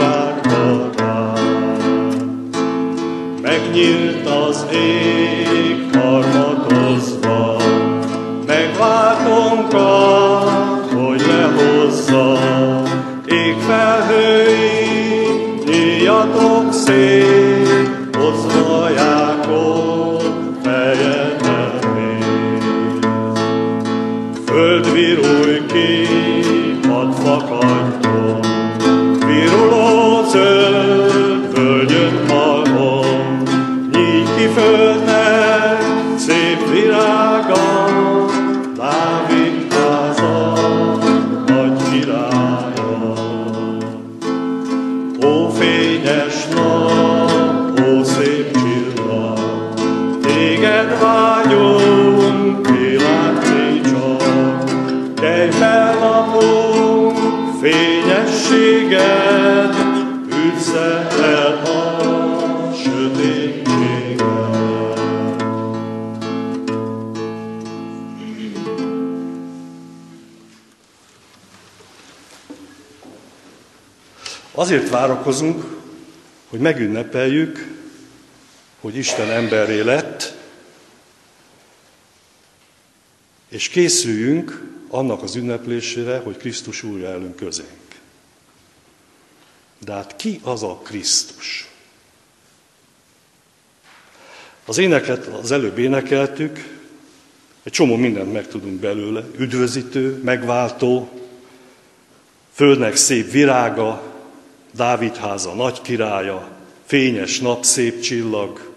sóvárgatán. Megnyílt az ég harmatozva, megváltónkat, hogy lehozza. Égfelhői, nyíljatok szét, hozva Jákob fejedelmét. Föld virulj ki, hadd fakadjon, viruló zöld földjön halmon, nyígy ki földnek szép virága, Dávid háza, nagy királya. Ó fényes nap, ó szép csillag, téged vágyunk, Azért várakozunk, hogy megünnepeljük, hogy Isten emberré lett, és készüljünk annak az ünneplésére, hogy Krisztus újra elünk közénk. De hát ki az a Krisztus? Az éneket az előbb énekeltük, egy csomó mindent megtudunk belőle, üdvözítő, megváltó, földnek szép virága, Dávid háza nagy királya, fényes nap, szép csillag.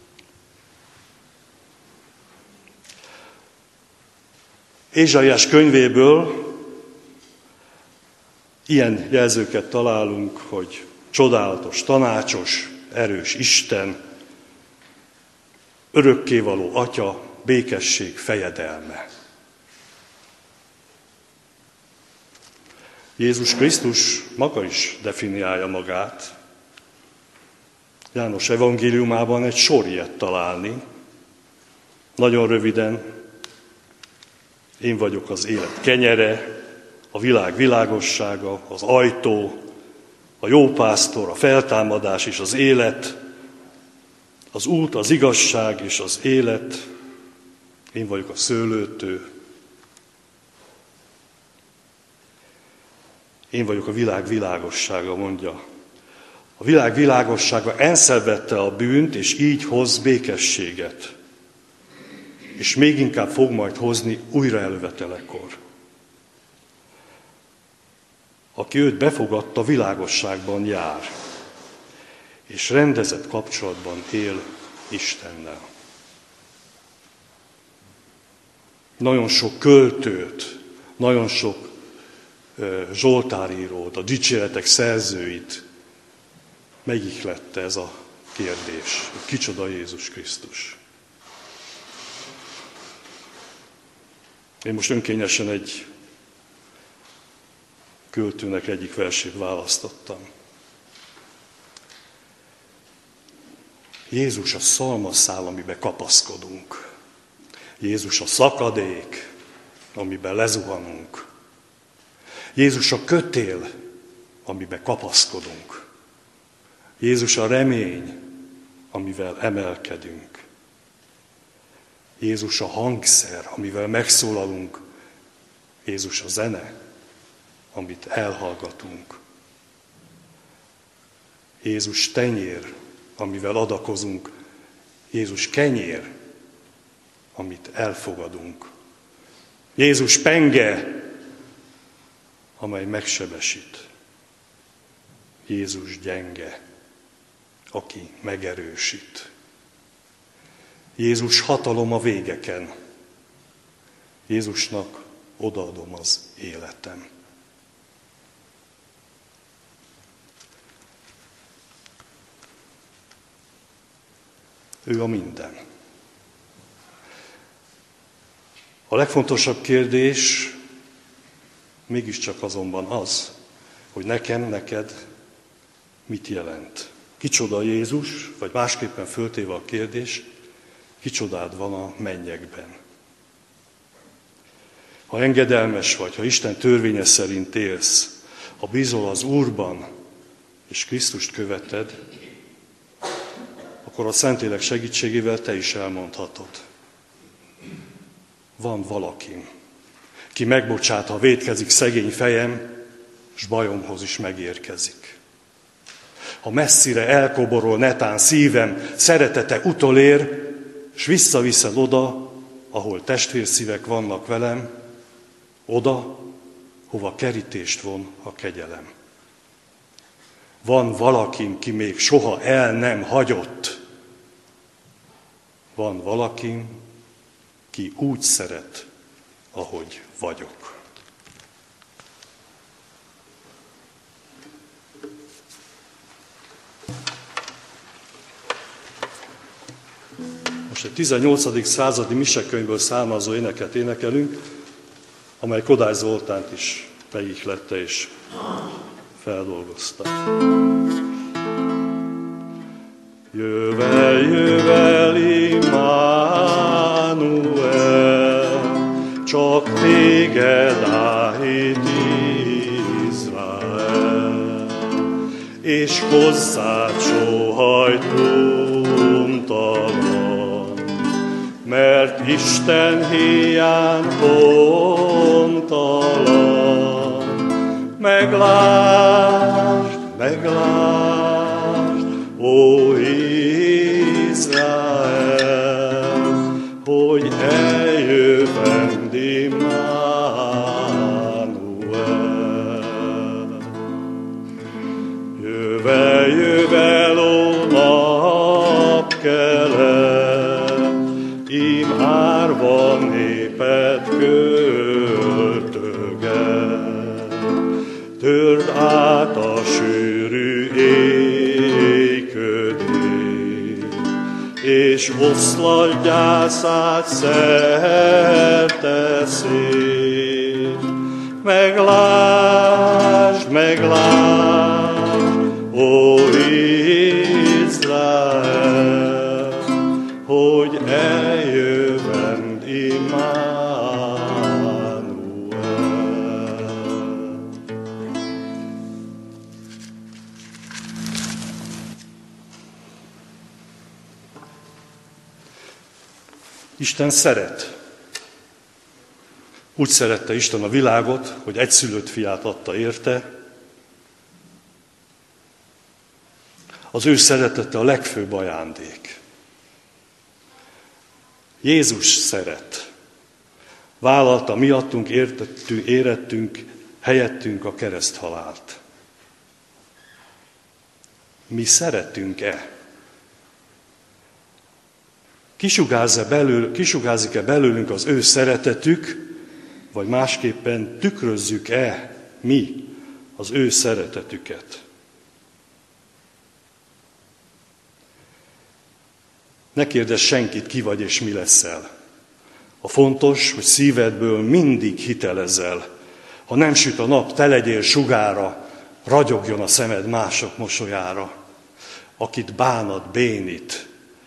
Ézsaiás könyvéből ilyen jelzőket találunk, hogy csodálatos, tanácsos, erős Isten, örökkévaló Atya, békesség fejedelme. Jézus Krisztus maga is definiálja magát. János evangéliumában egy sor ilyet találni. Nagyon röviden: én vagyok az élet kenyere, a világ világossága, az ajtó, a jó pásztor, a feltámadás és az élet, az út, az igazság és az élet, én vagyok a szőlőtő, én vagyok a világ világossága, mondja. A világ világossága elszenvedte a bűnt, és így hoz békességet. És még inkább fog majd hozni újra elővetelekor. Aki őt befogadta, világosságban jár, és rendezett kapcsolatban él Istennel. Nagyon sok költőt, nagyon sok uh, zsoltárírót, a dicséretek szerzőit megihlette ez a kérdés. Kicsoda Jézus Krisztus? Én most önkényesen egy költőnek egyik versét választottam. Jézus a szalmaszál, amiben kapaszkodunk. Jézus a szakadék, amiben lezuhanunk. Jézus a kötél, amiben kapaszkodunk. Jézus a remény, amivel emelkedünk. Jézus a hangszer, amivel megszólalunk. Jézus a zene, amit elhallgatunk. Jézus tenyér, amivel adakozunk. Jézus kenyér, amit elfogadunk. Jézus penge, amely megsebesít. Jézus gyenge, aki megerősít. Jézus hatalom a végeken. Jézusnak odaadom az életem. Ő a minden. A legfontosabb kérdés mégiscsak azonban az, hogy nekem, neked mit jelent. Kicsoda Jézus, vagy másképpen föltéve a kérdés, kicsodád van a mennyekben. Ha engedelmes vagy, ha Isten törvénye szerint élsz, ha bízol az Úrban, és Krisztust követed, akkor a Szentlélek segítségével te is elmondhatod. Van valakim, ki megbocsát, ha vétkezik szegény fejem, s bajomhoz is megérkezik. Ha messzire elkoborol netán szívem, szeretete utolér, s visszaviszed oda, ahol testvérszívek vannak velem, oda, hova kerítést von a kegyelem. Van valakim, ki még soha el nem hagyott. Van valakim, ki úgy szeret, ahogy vagyok. Most egy tizennyolcadik századi misekönyvből származó éneket énekelünk, amely Kodály Zoltánt is megihlette és feldolgozta. Jövel, jövel, Immanuel, csak téged áhít Izrael. és hozzád sóhajtóntalan, mert Isten híján hontalan. Meglásd, meglásd, ó Izrael, hogy eljövend Immanuel. Jöve, jövel, ó napkelet, ím árva néped költöget. Törd át a sűrű éjködét, és oszladj gyászát szerte szét. Meglásd, meglásd, ó Izrael, hogy eljövend Immanuel. Isten szeret. Úgy szerette Isten a világot, hogy egyszülött fiát adta érte. Az ő szeretete a legfőbb ajándék. Jézus szeret. Vállalta miattunk, értettünk, érettünk, helyettünk a kereszthalált. Mi szeretünk-e? Kisugázza belül, kisugárzik-e belőlünk az ő szeretetük, vagy másképpen tükrözzük-e mi az ő szeretetüket? Ne kérdezz senkit, ki vagy és mi leszel. A fontos, hogy szívedből mindig hitelezel. Ha nem süt a nap, te legyél sugára, ragyogjon a szemed mások mosolyára. Akit bánat, bénít,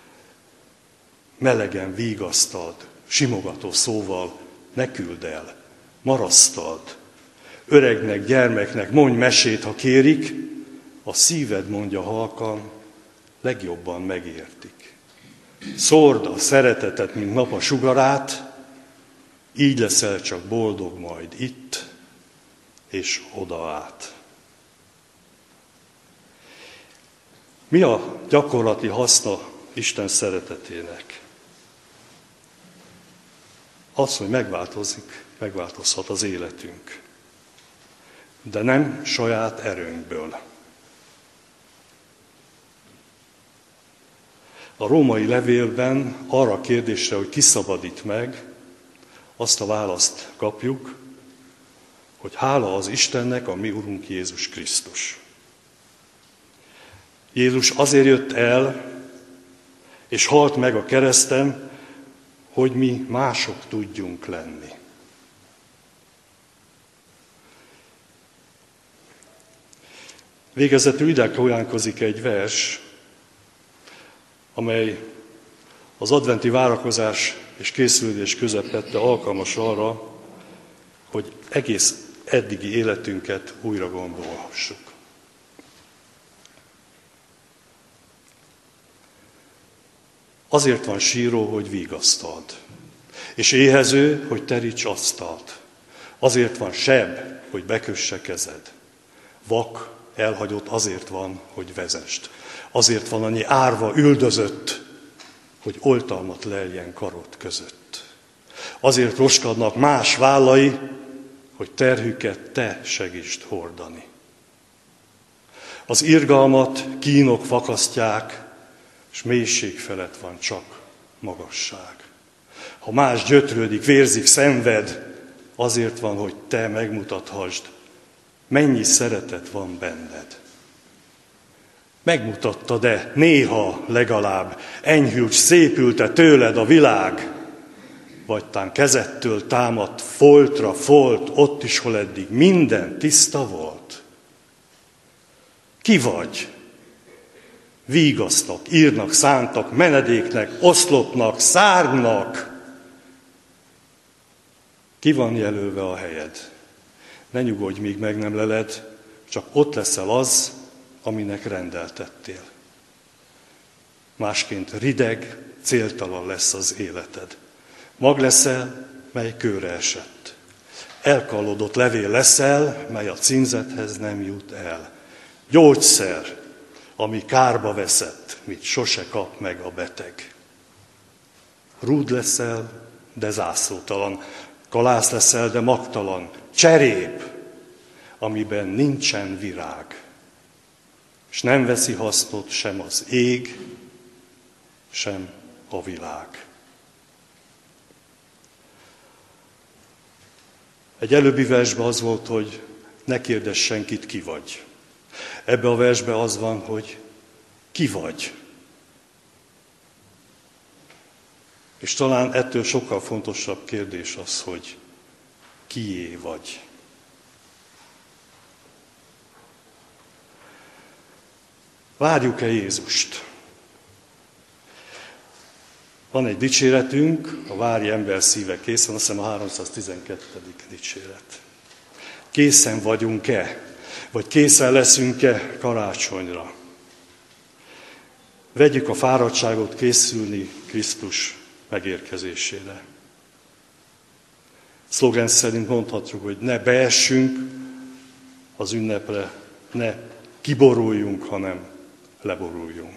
melegen vigasztald, simogató szóval ne küld el, marasztald. Öregnek, gyermeknek mondj mesét, ha kérik, a szíved mondja halkan, legjobban megértik. Szórd a szeretetet, mint nap a sugarát, így leszel csak boldog majd itt és oda át. Mi a gyakorlati haszna Isten szeretetének? Az, hogy megváltozik, megváltozhat az életünk. De nem saját erőnkből. A római levélben arra a kérdésre, hogy ki szabadít meg, azt a választ kapjuk, hogy hála az Istennek, a mi Urunk Jézus Krisztus. Jézus azért jött el, és halt meg a kereszten, hogy mi mások tudjunk lenni. Végezetül ide kívánkozik egy vers, amely az adventi várakozás és készülődés közepette alkalmas arra, hogy egész eddigi életünket újra gondolhassuk. Azért van síró, hogy vigasztald, és éhező, hogy teríts asztalt. Azért van seb, hogy bekösse kezed. Vak, elhagyott azért van, hogy vezest. Azért van annyi árva üldözött, hogy oltalmat leljen karod között. Azért roskadnak más vállai, hogy terhüket te segítsd hordani. Az irgalmat kínok fakasztják, és mélység felett van csak magasság. Ha más gyötrődik, vérzik, szenved, azért van, hogy te megmutathasd, mennyi szeretet van benned. Megmutattad-e néha legalább, enyhült, szépült-e tőled a világ, vagy tán kezedtől támadt foltra folt, ott is, hol eddig minden tiszta volt? Ki vagy? Vígasztak, írnak, szántak, menedéknek, oszlopnak, szárnynak. Ki van jelölve a helyed? Ne nyugodj, míg meg nem leled, csak ott leszel az, aminek rendeltettél. Másként rideg, céltalan lesz az életed. Mag leszel, mely kőre esett. Elkallodott levél leszel, mely a címzethez nem jut el. Gyógyszer, ami kárba veszett, mit sose kap meg a beteg. Rúd leszel, de zászlótalan. Kalász leszel, de magtalan. Cserép, amiben nincsen virág. És nem veszi hasznot sem az ég, sem a világ. Egy előbbi versben az volt, hogy ne kérdezz senkit, ki vagy. Ebbe a versben az van, hogy ki vagy. És talán ettől sokkal fontosabb kérdés az, hogy kié vagy. Várjuk-e Jézust? Van egy dicséretünk, a Várj ember szíve készen, azt hiszem a háromszáztizenkettedik dicséret. Készen vagyunk-e? Vagy készen leszünk-e karácsonyra? Vegyük a fáradtságot készülni Krisztus megérkezésére. Szlogen szerint mondhatjuk, hogy ne beessünk az ünnepre, ne kiboruljunk, hanem leboruljunk.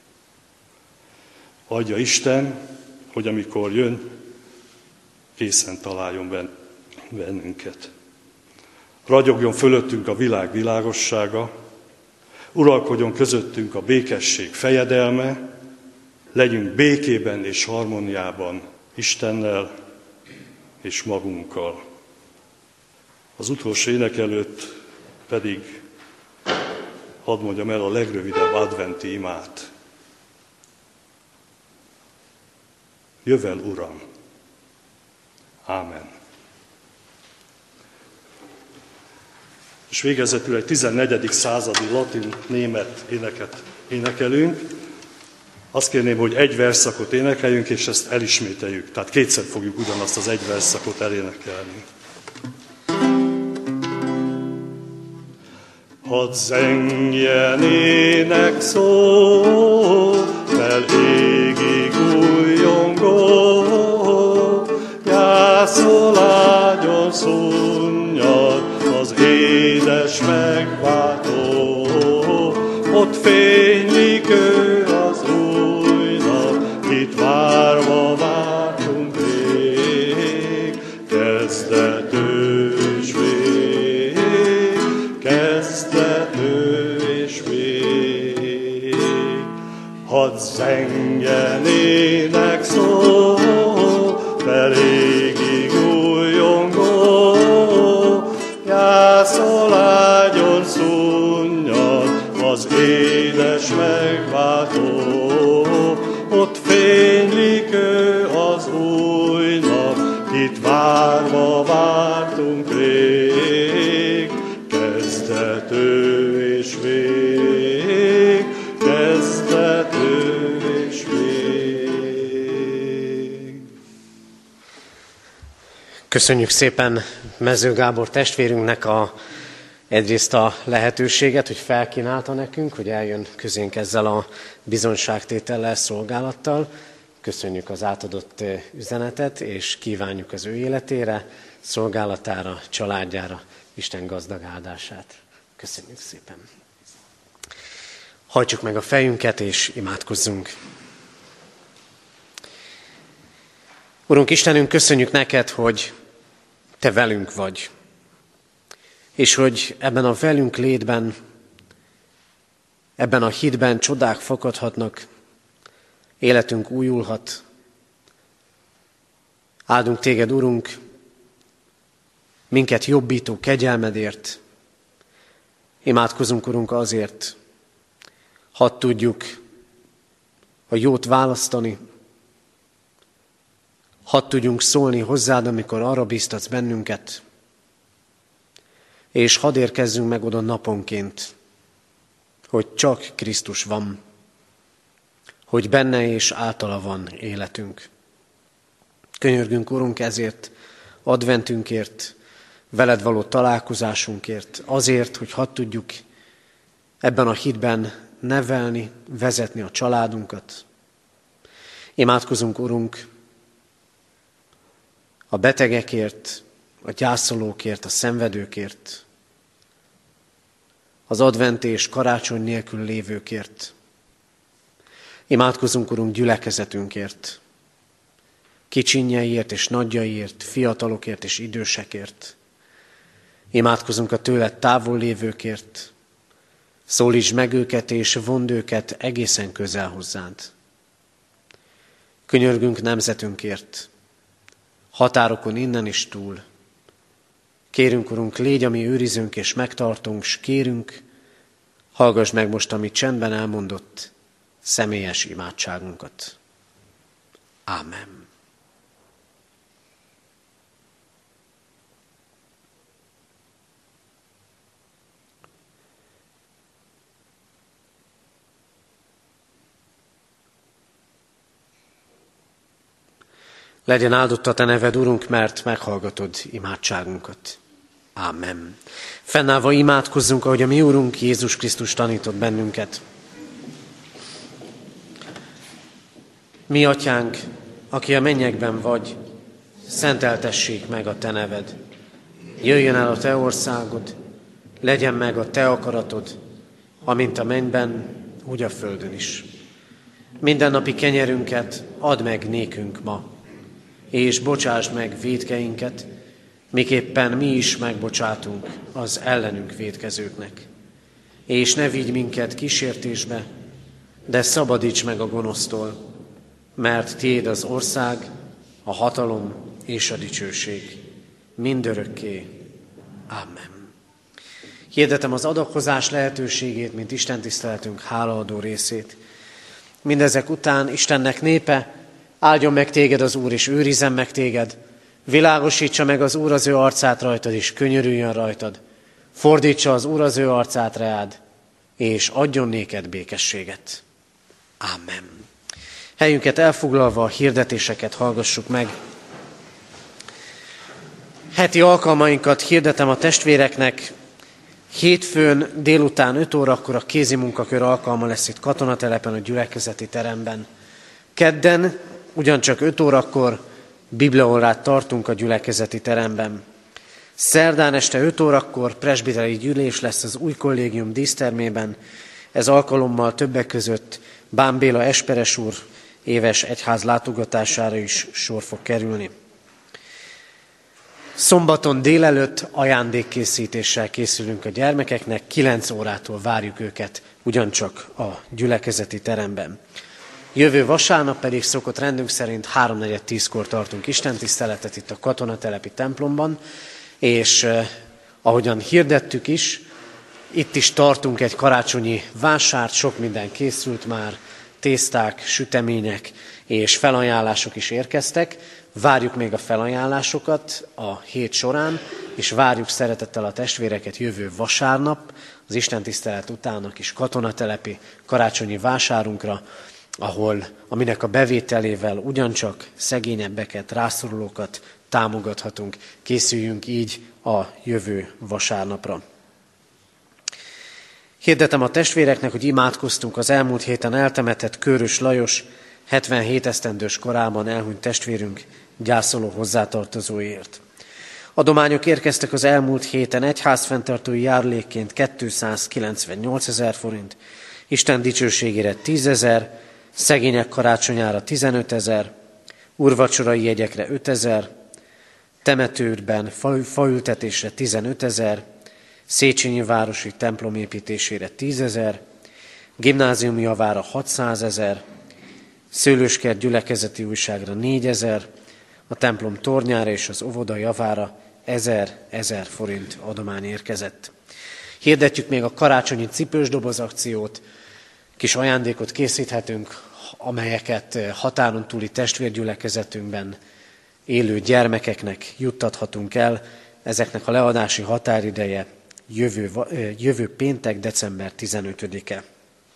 Adja Isten, hogy amikor jön, készen találjon bennünket. Ragyogjon fölöttünk a világ világossága, uralkodjon közöttünk a békesség fejedelme, legyünk békében és harmóniában Istennel és magunkkal. Az utolsó ének előtt pedig hadd mondjam el a legrövidebb adventi imát. Jövel, Uram! Ámen. És végezetül egy tizennegyedik századi latin-német éneket énekelünk. Azt kérném, hogy egy versszakot énekeljünk, és ezt elismételjük. Tehát kétszer fogjuk ugyanazt az egy versszakot elénekelni. Hadd zengjen ének szó, fel égig újjongó, jászol ágyon szunnyad az édes megváltó. Ott fénylik ő az új nap, itt várva vártunk rég, kezdető és vég, kezdető és vég. Hadd zengjen ének szó, fel égig újjongó, jászol ágyon szunnyad az édes megváltó. Ott fénylik ő az új nap, itt várva vártunk rég, kezdető és vég, kezdető és vég. Köszönjük szépen Mező Gábor testvérünknek a, egyrészt a lehetőséget, hogy felkínálta nekünk, hogy eljön közénk ezzel a bizonyságtétellel, szolgálattal. Köszönjük az átadott üzenetet, és kívánjuk az ő életére, szolgálatára, családjára Isten gazdag áldását. Köszönjük szépen. Hajtsuk meg a fejünket, és imádkozzunk. Urunk Istenünk, köszönjük neked, hogy te velünk vagy, és hogy ebben a velünk létben, ebben a hitben csodák fakadhatnak, életünk újulhat. Áldunk téged, Urunk, minket jobbító kegyelmedért. Imádkozunk, Urunk, azért, hadd tudjuk a jót választani, hadd tudjunk szólni hozzád, amikor arra bíztatsz bennünket, és hadd érkezzünk meg oda naponként, hogy csak Krisztus van, hogy benne és általa van életünk. Könyörgünk, Urunk, ezért, adventünkért, veled való találkozásunkért, azért, hogy hadd tudjuk ebben a hitben nevelni, vezetni a családunkat. Imádkozunk, Urunk, a betegekért, a gyászolókért, a szenvedőkért, az advent és karácsony nélkül lévőkért. Imádkozunk, Urunk, gyülekezetünkért, kicsinyeiért és nagyjaiért, fiatalokért és idősekért. Imádkozunk a tőled távol lévőkért, szólítsd meg őket és vond őket egészen közel hozzád. Könyörgünk nemzetünkért, határokon innen is túl. Kérünk, Urunk, légy a mi őrizőnk és megtartunk, s kérünk, hallgass meg most, amit csendben elmondott, személyes imádságunkat. Ámen. Legyen áldott a te neved, Urunk, mert meghallgatod imádságunkat. Ámen. Fennállva imádkozzunk, ahogy a mi Urunk Jézus Krisztus tanított bennünket. Mi atyánk, aki a mennyekben vagy, szenteltessék meg a te neved. Jöjjön el a te országod, legyen meg a te akaratod, amint a mennyben, úgy a földön is. Mindennapi kenyerünket add meg nékünk ma, és bocsásd meg vétkeinket, miképpen mi is megbocsátunk az ellenünk vétkezőknek. És ne vigy minket kísértésbe, de szabadíts meg a gonosztól, mert tiéd az ország, a hatalom és a dicsőség mindörökké. Ámen. Hirdetem az adakozás lehetőségét, mint Isten tiszteletünk hálaadó részét. Mindezek után Istennek népe, áldjon meg téged az Úr, és őrizzen meg téged. Világosítsa meg az Úr az ő arcát rajtad, és könyörüljön rajtad. Fordítsa az Úr az ő arcát reád, és adjon néked békességet. Ámen. Helyünket elfoglalva a hirdetéseket hallgassuk meg. Heti alkalmainkat hirdetem a testvéreknek. Hétfőn délután öt órakor a kézi munkakör alkalma lesz itt Katonatelepen, a gyülekezeti teremben. Kedden ugyancsak öt órakor bibliaórát tartunk a gyülekezeti teremben. Szerdán este öt órakor presbiteri gyűlés lesz az új kollégium dísztermében. Ez alkalommal többek között Bán Béla esperes úr éves egyház látogatására is sor fog kerülni. Szombaton délelőtt ajándékkészítéssel készülünk a gyermekeknek, kilenc órától várjuk őket ugyancsak a gyülekezeti teremben. Jövő vasárnap pedig szokott rendünk szerint háromnegyed tízkor tartunk istentiszteletet itt a Katonatelepi templomban, és eh, ahogyan hirdettük is, itt is tartunk egy karácsonyi vásárt, sok minden készült már, tészták, sütemények és felajánlások is érkeztek. Várjuk még a felajánlásokat a hét során, és várjuk szeretettel a testvéreket jövő vasárnap, az istentisztelet után a kis katonatelepi karácsonyi vásárunkra, ahol, aminek a bevételével ugyancsak szegényebbeket, rászorulókat támogathatunk. Készüljünk így a jövő vasárnapra. Hirdetem a testvéreknek, hogy imádkoztunk az elmúlt héten eltemetett Kőrös Lajos hetvenhét esztendős korában elhunyt testvérünk gyászoló hozzátartozóiért. Adományok érkeztek az elmúlt héten egyházfenntartói járulékként kétszázkilencvennyolc ezer forint, Isten dicsőségére tízezer, szegények karácsonyára tizenöt ezer, úrvacsorai jegyekre ötezer, temetőben fa, faültetésre tizenöt ezer, Széchenyi városi templom építésére tízezer, gimnázium javára hatszázezer, Szőlőskert gyülekezeti újságra négyezer, a templom tornyára és az óvoda javára ezer-ezer forint adomány érkezett. Hirdetjük még a karácsonyi cipős doboz akciót, kis ajándékot készíthetünk, amelyeket határon túli testvérgyülekezetünkben élő gyermekeknek juttathatunk el. Ezeknek a leadási határideje jövő, jövő péntek, december tizenötödike.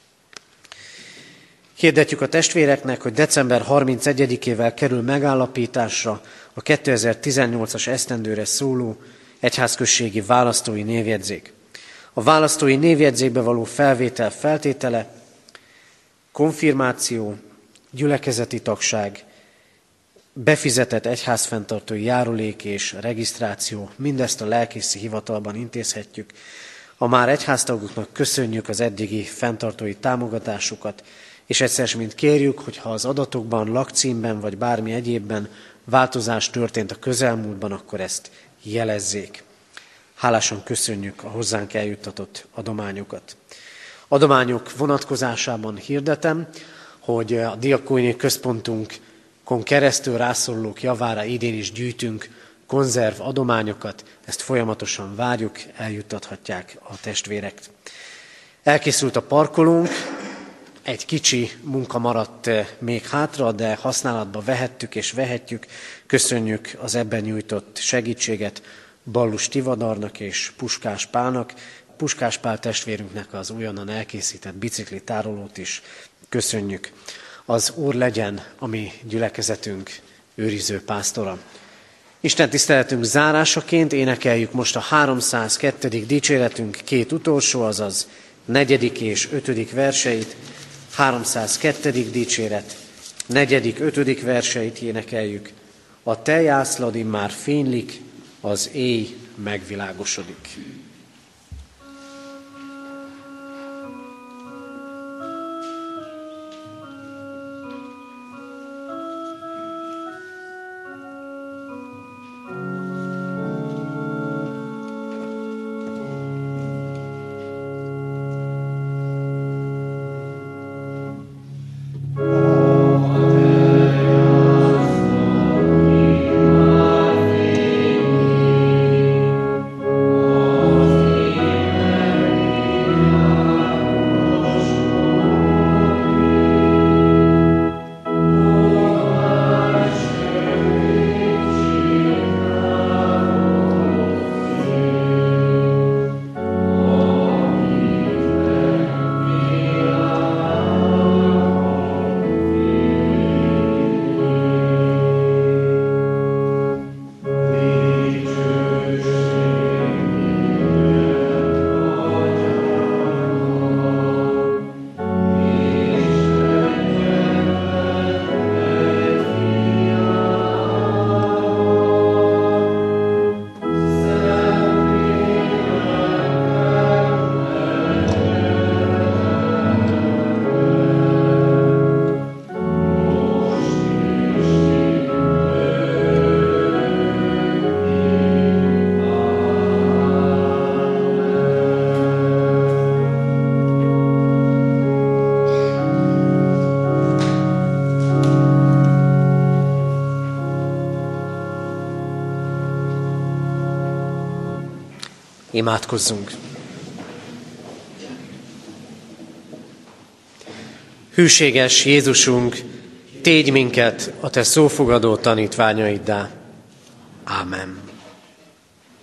Hirdetjük a testvéreknek, hogy december harmincegyedikével kerül megállapításra a kétezer-tizennyolcas esztendőre szóló egyházközségi választói névjegyzék. a választói névjegyzékbe való felvétel feltétele, konfirmáció, gyülekezeti tagság, befizetett egyházfenntartói járulék és regisztráció, mindezt a lelkészi hivatalban intézhetjük. A már egyháztagoknak köszönjük az eddigi fenntartói támogatásukat, és egyszer mint kérjük, hogy ha az adatokban, lakcímben vagy bármi egyébben változás történt a közelmúltban, akkor ezt jelezzék. Hálásan köszönjük a hozzánk eljuttatott adományokat. Adományok vonatkozásában hirdetem, hogy a diakóniai központunkon keresztül rászorulók javára idén is gyűjtünk konzerv adományokat, ezt folyamatosan várjuk, eljuttathatják a testvérek. Elkészült a parkolónk, egy kicsi munka maradt még hátra, de használatba vehettük és vehetjük. Köszönjük az ebben nyújtott segítséget Ballus Tivadarnak és Puskás Pálnak. Puskás Pál testvérünknek az újonnan elkészített bicikli tárolót is köszönjük. Az Úr legyen a mi gyülekezetünk őriző pásztora. Isten tiszteletünk zárásaként énekeljük most a háromszázkettő. dicséretünk két utolsó, azaz negyedik és ötödik verseit. háromszázkettő. dicséret, negyedik, ötödik verseit énekeljük. A te jászlad immár fénylik, az éj megvilágosodik. Imádkozzunk! Hűséges Jézusunk, tégy minket a te szófogadó tanítványaiddá. Ámen.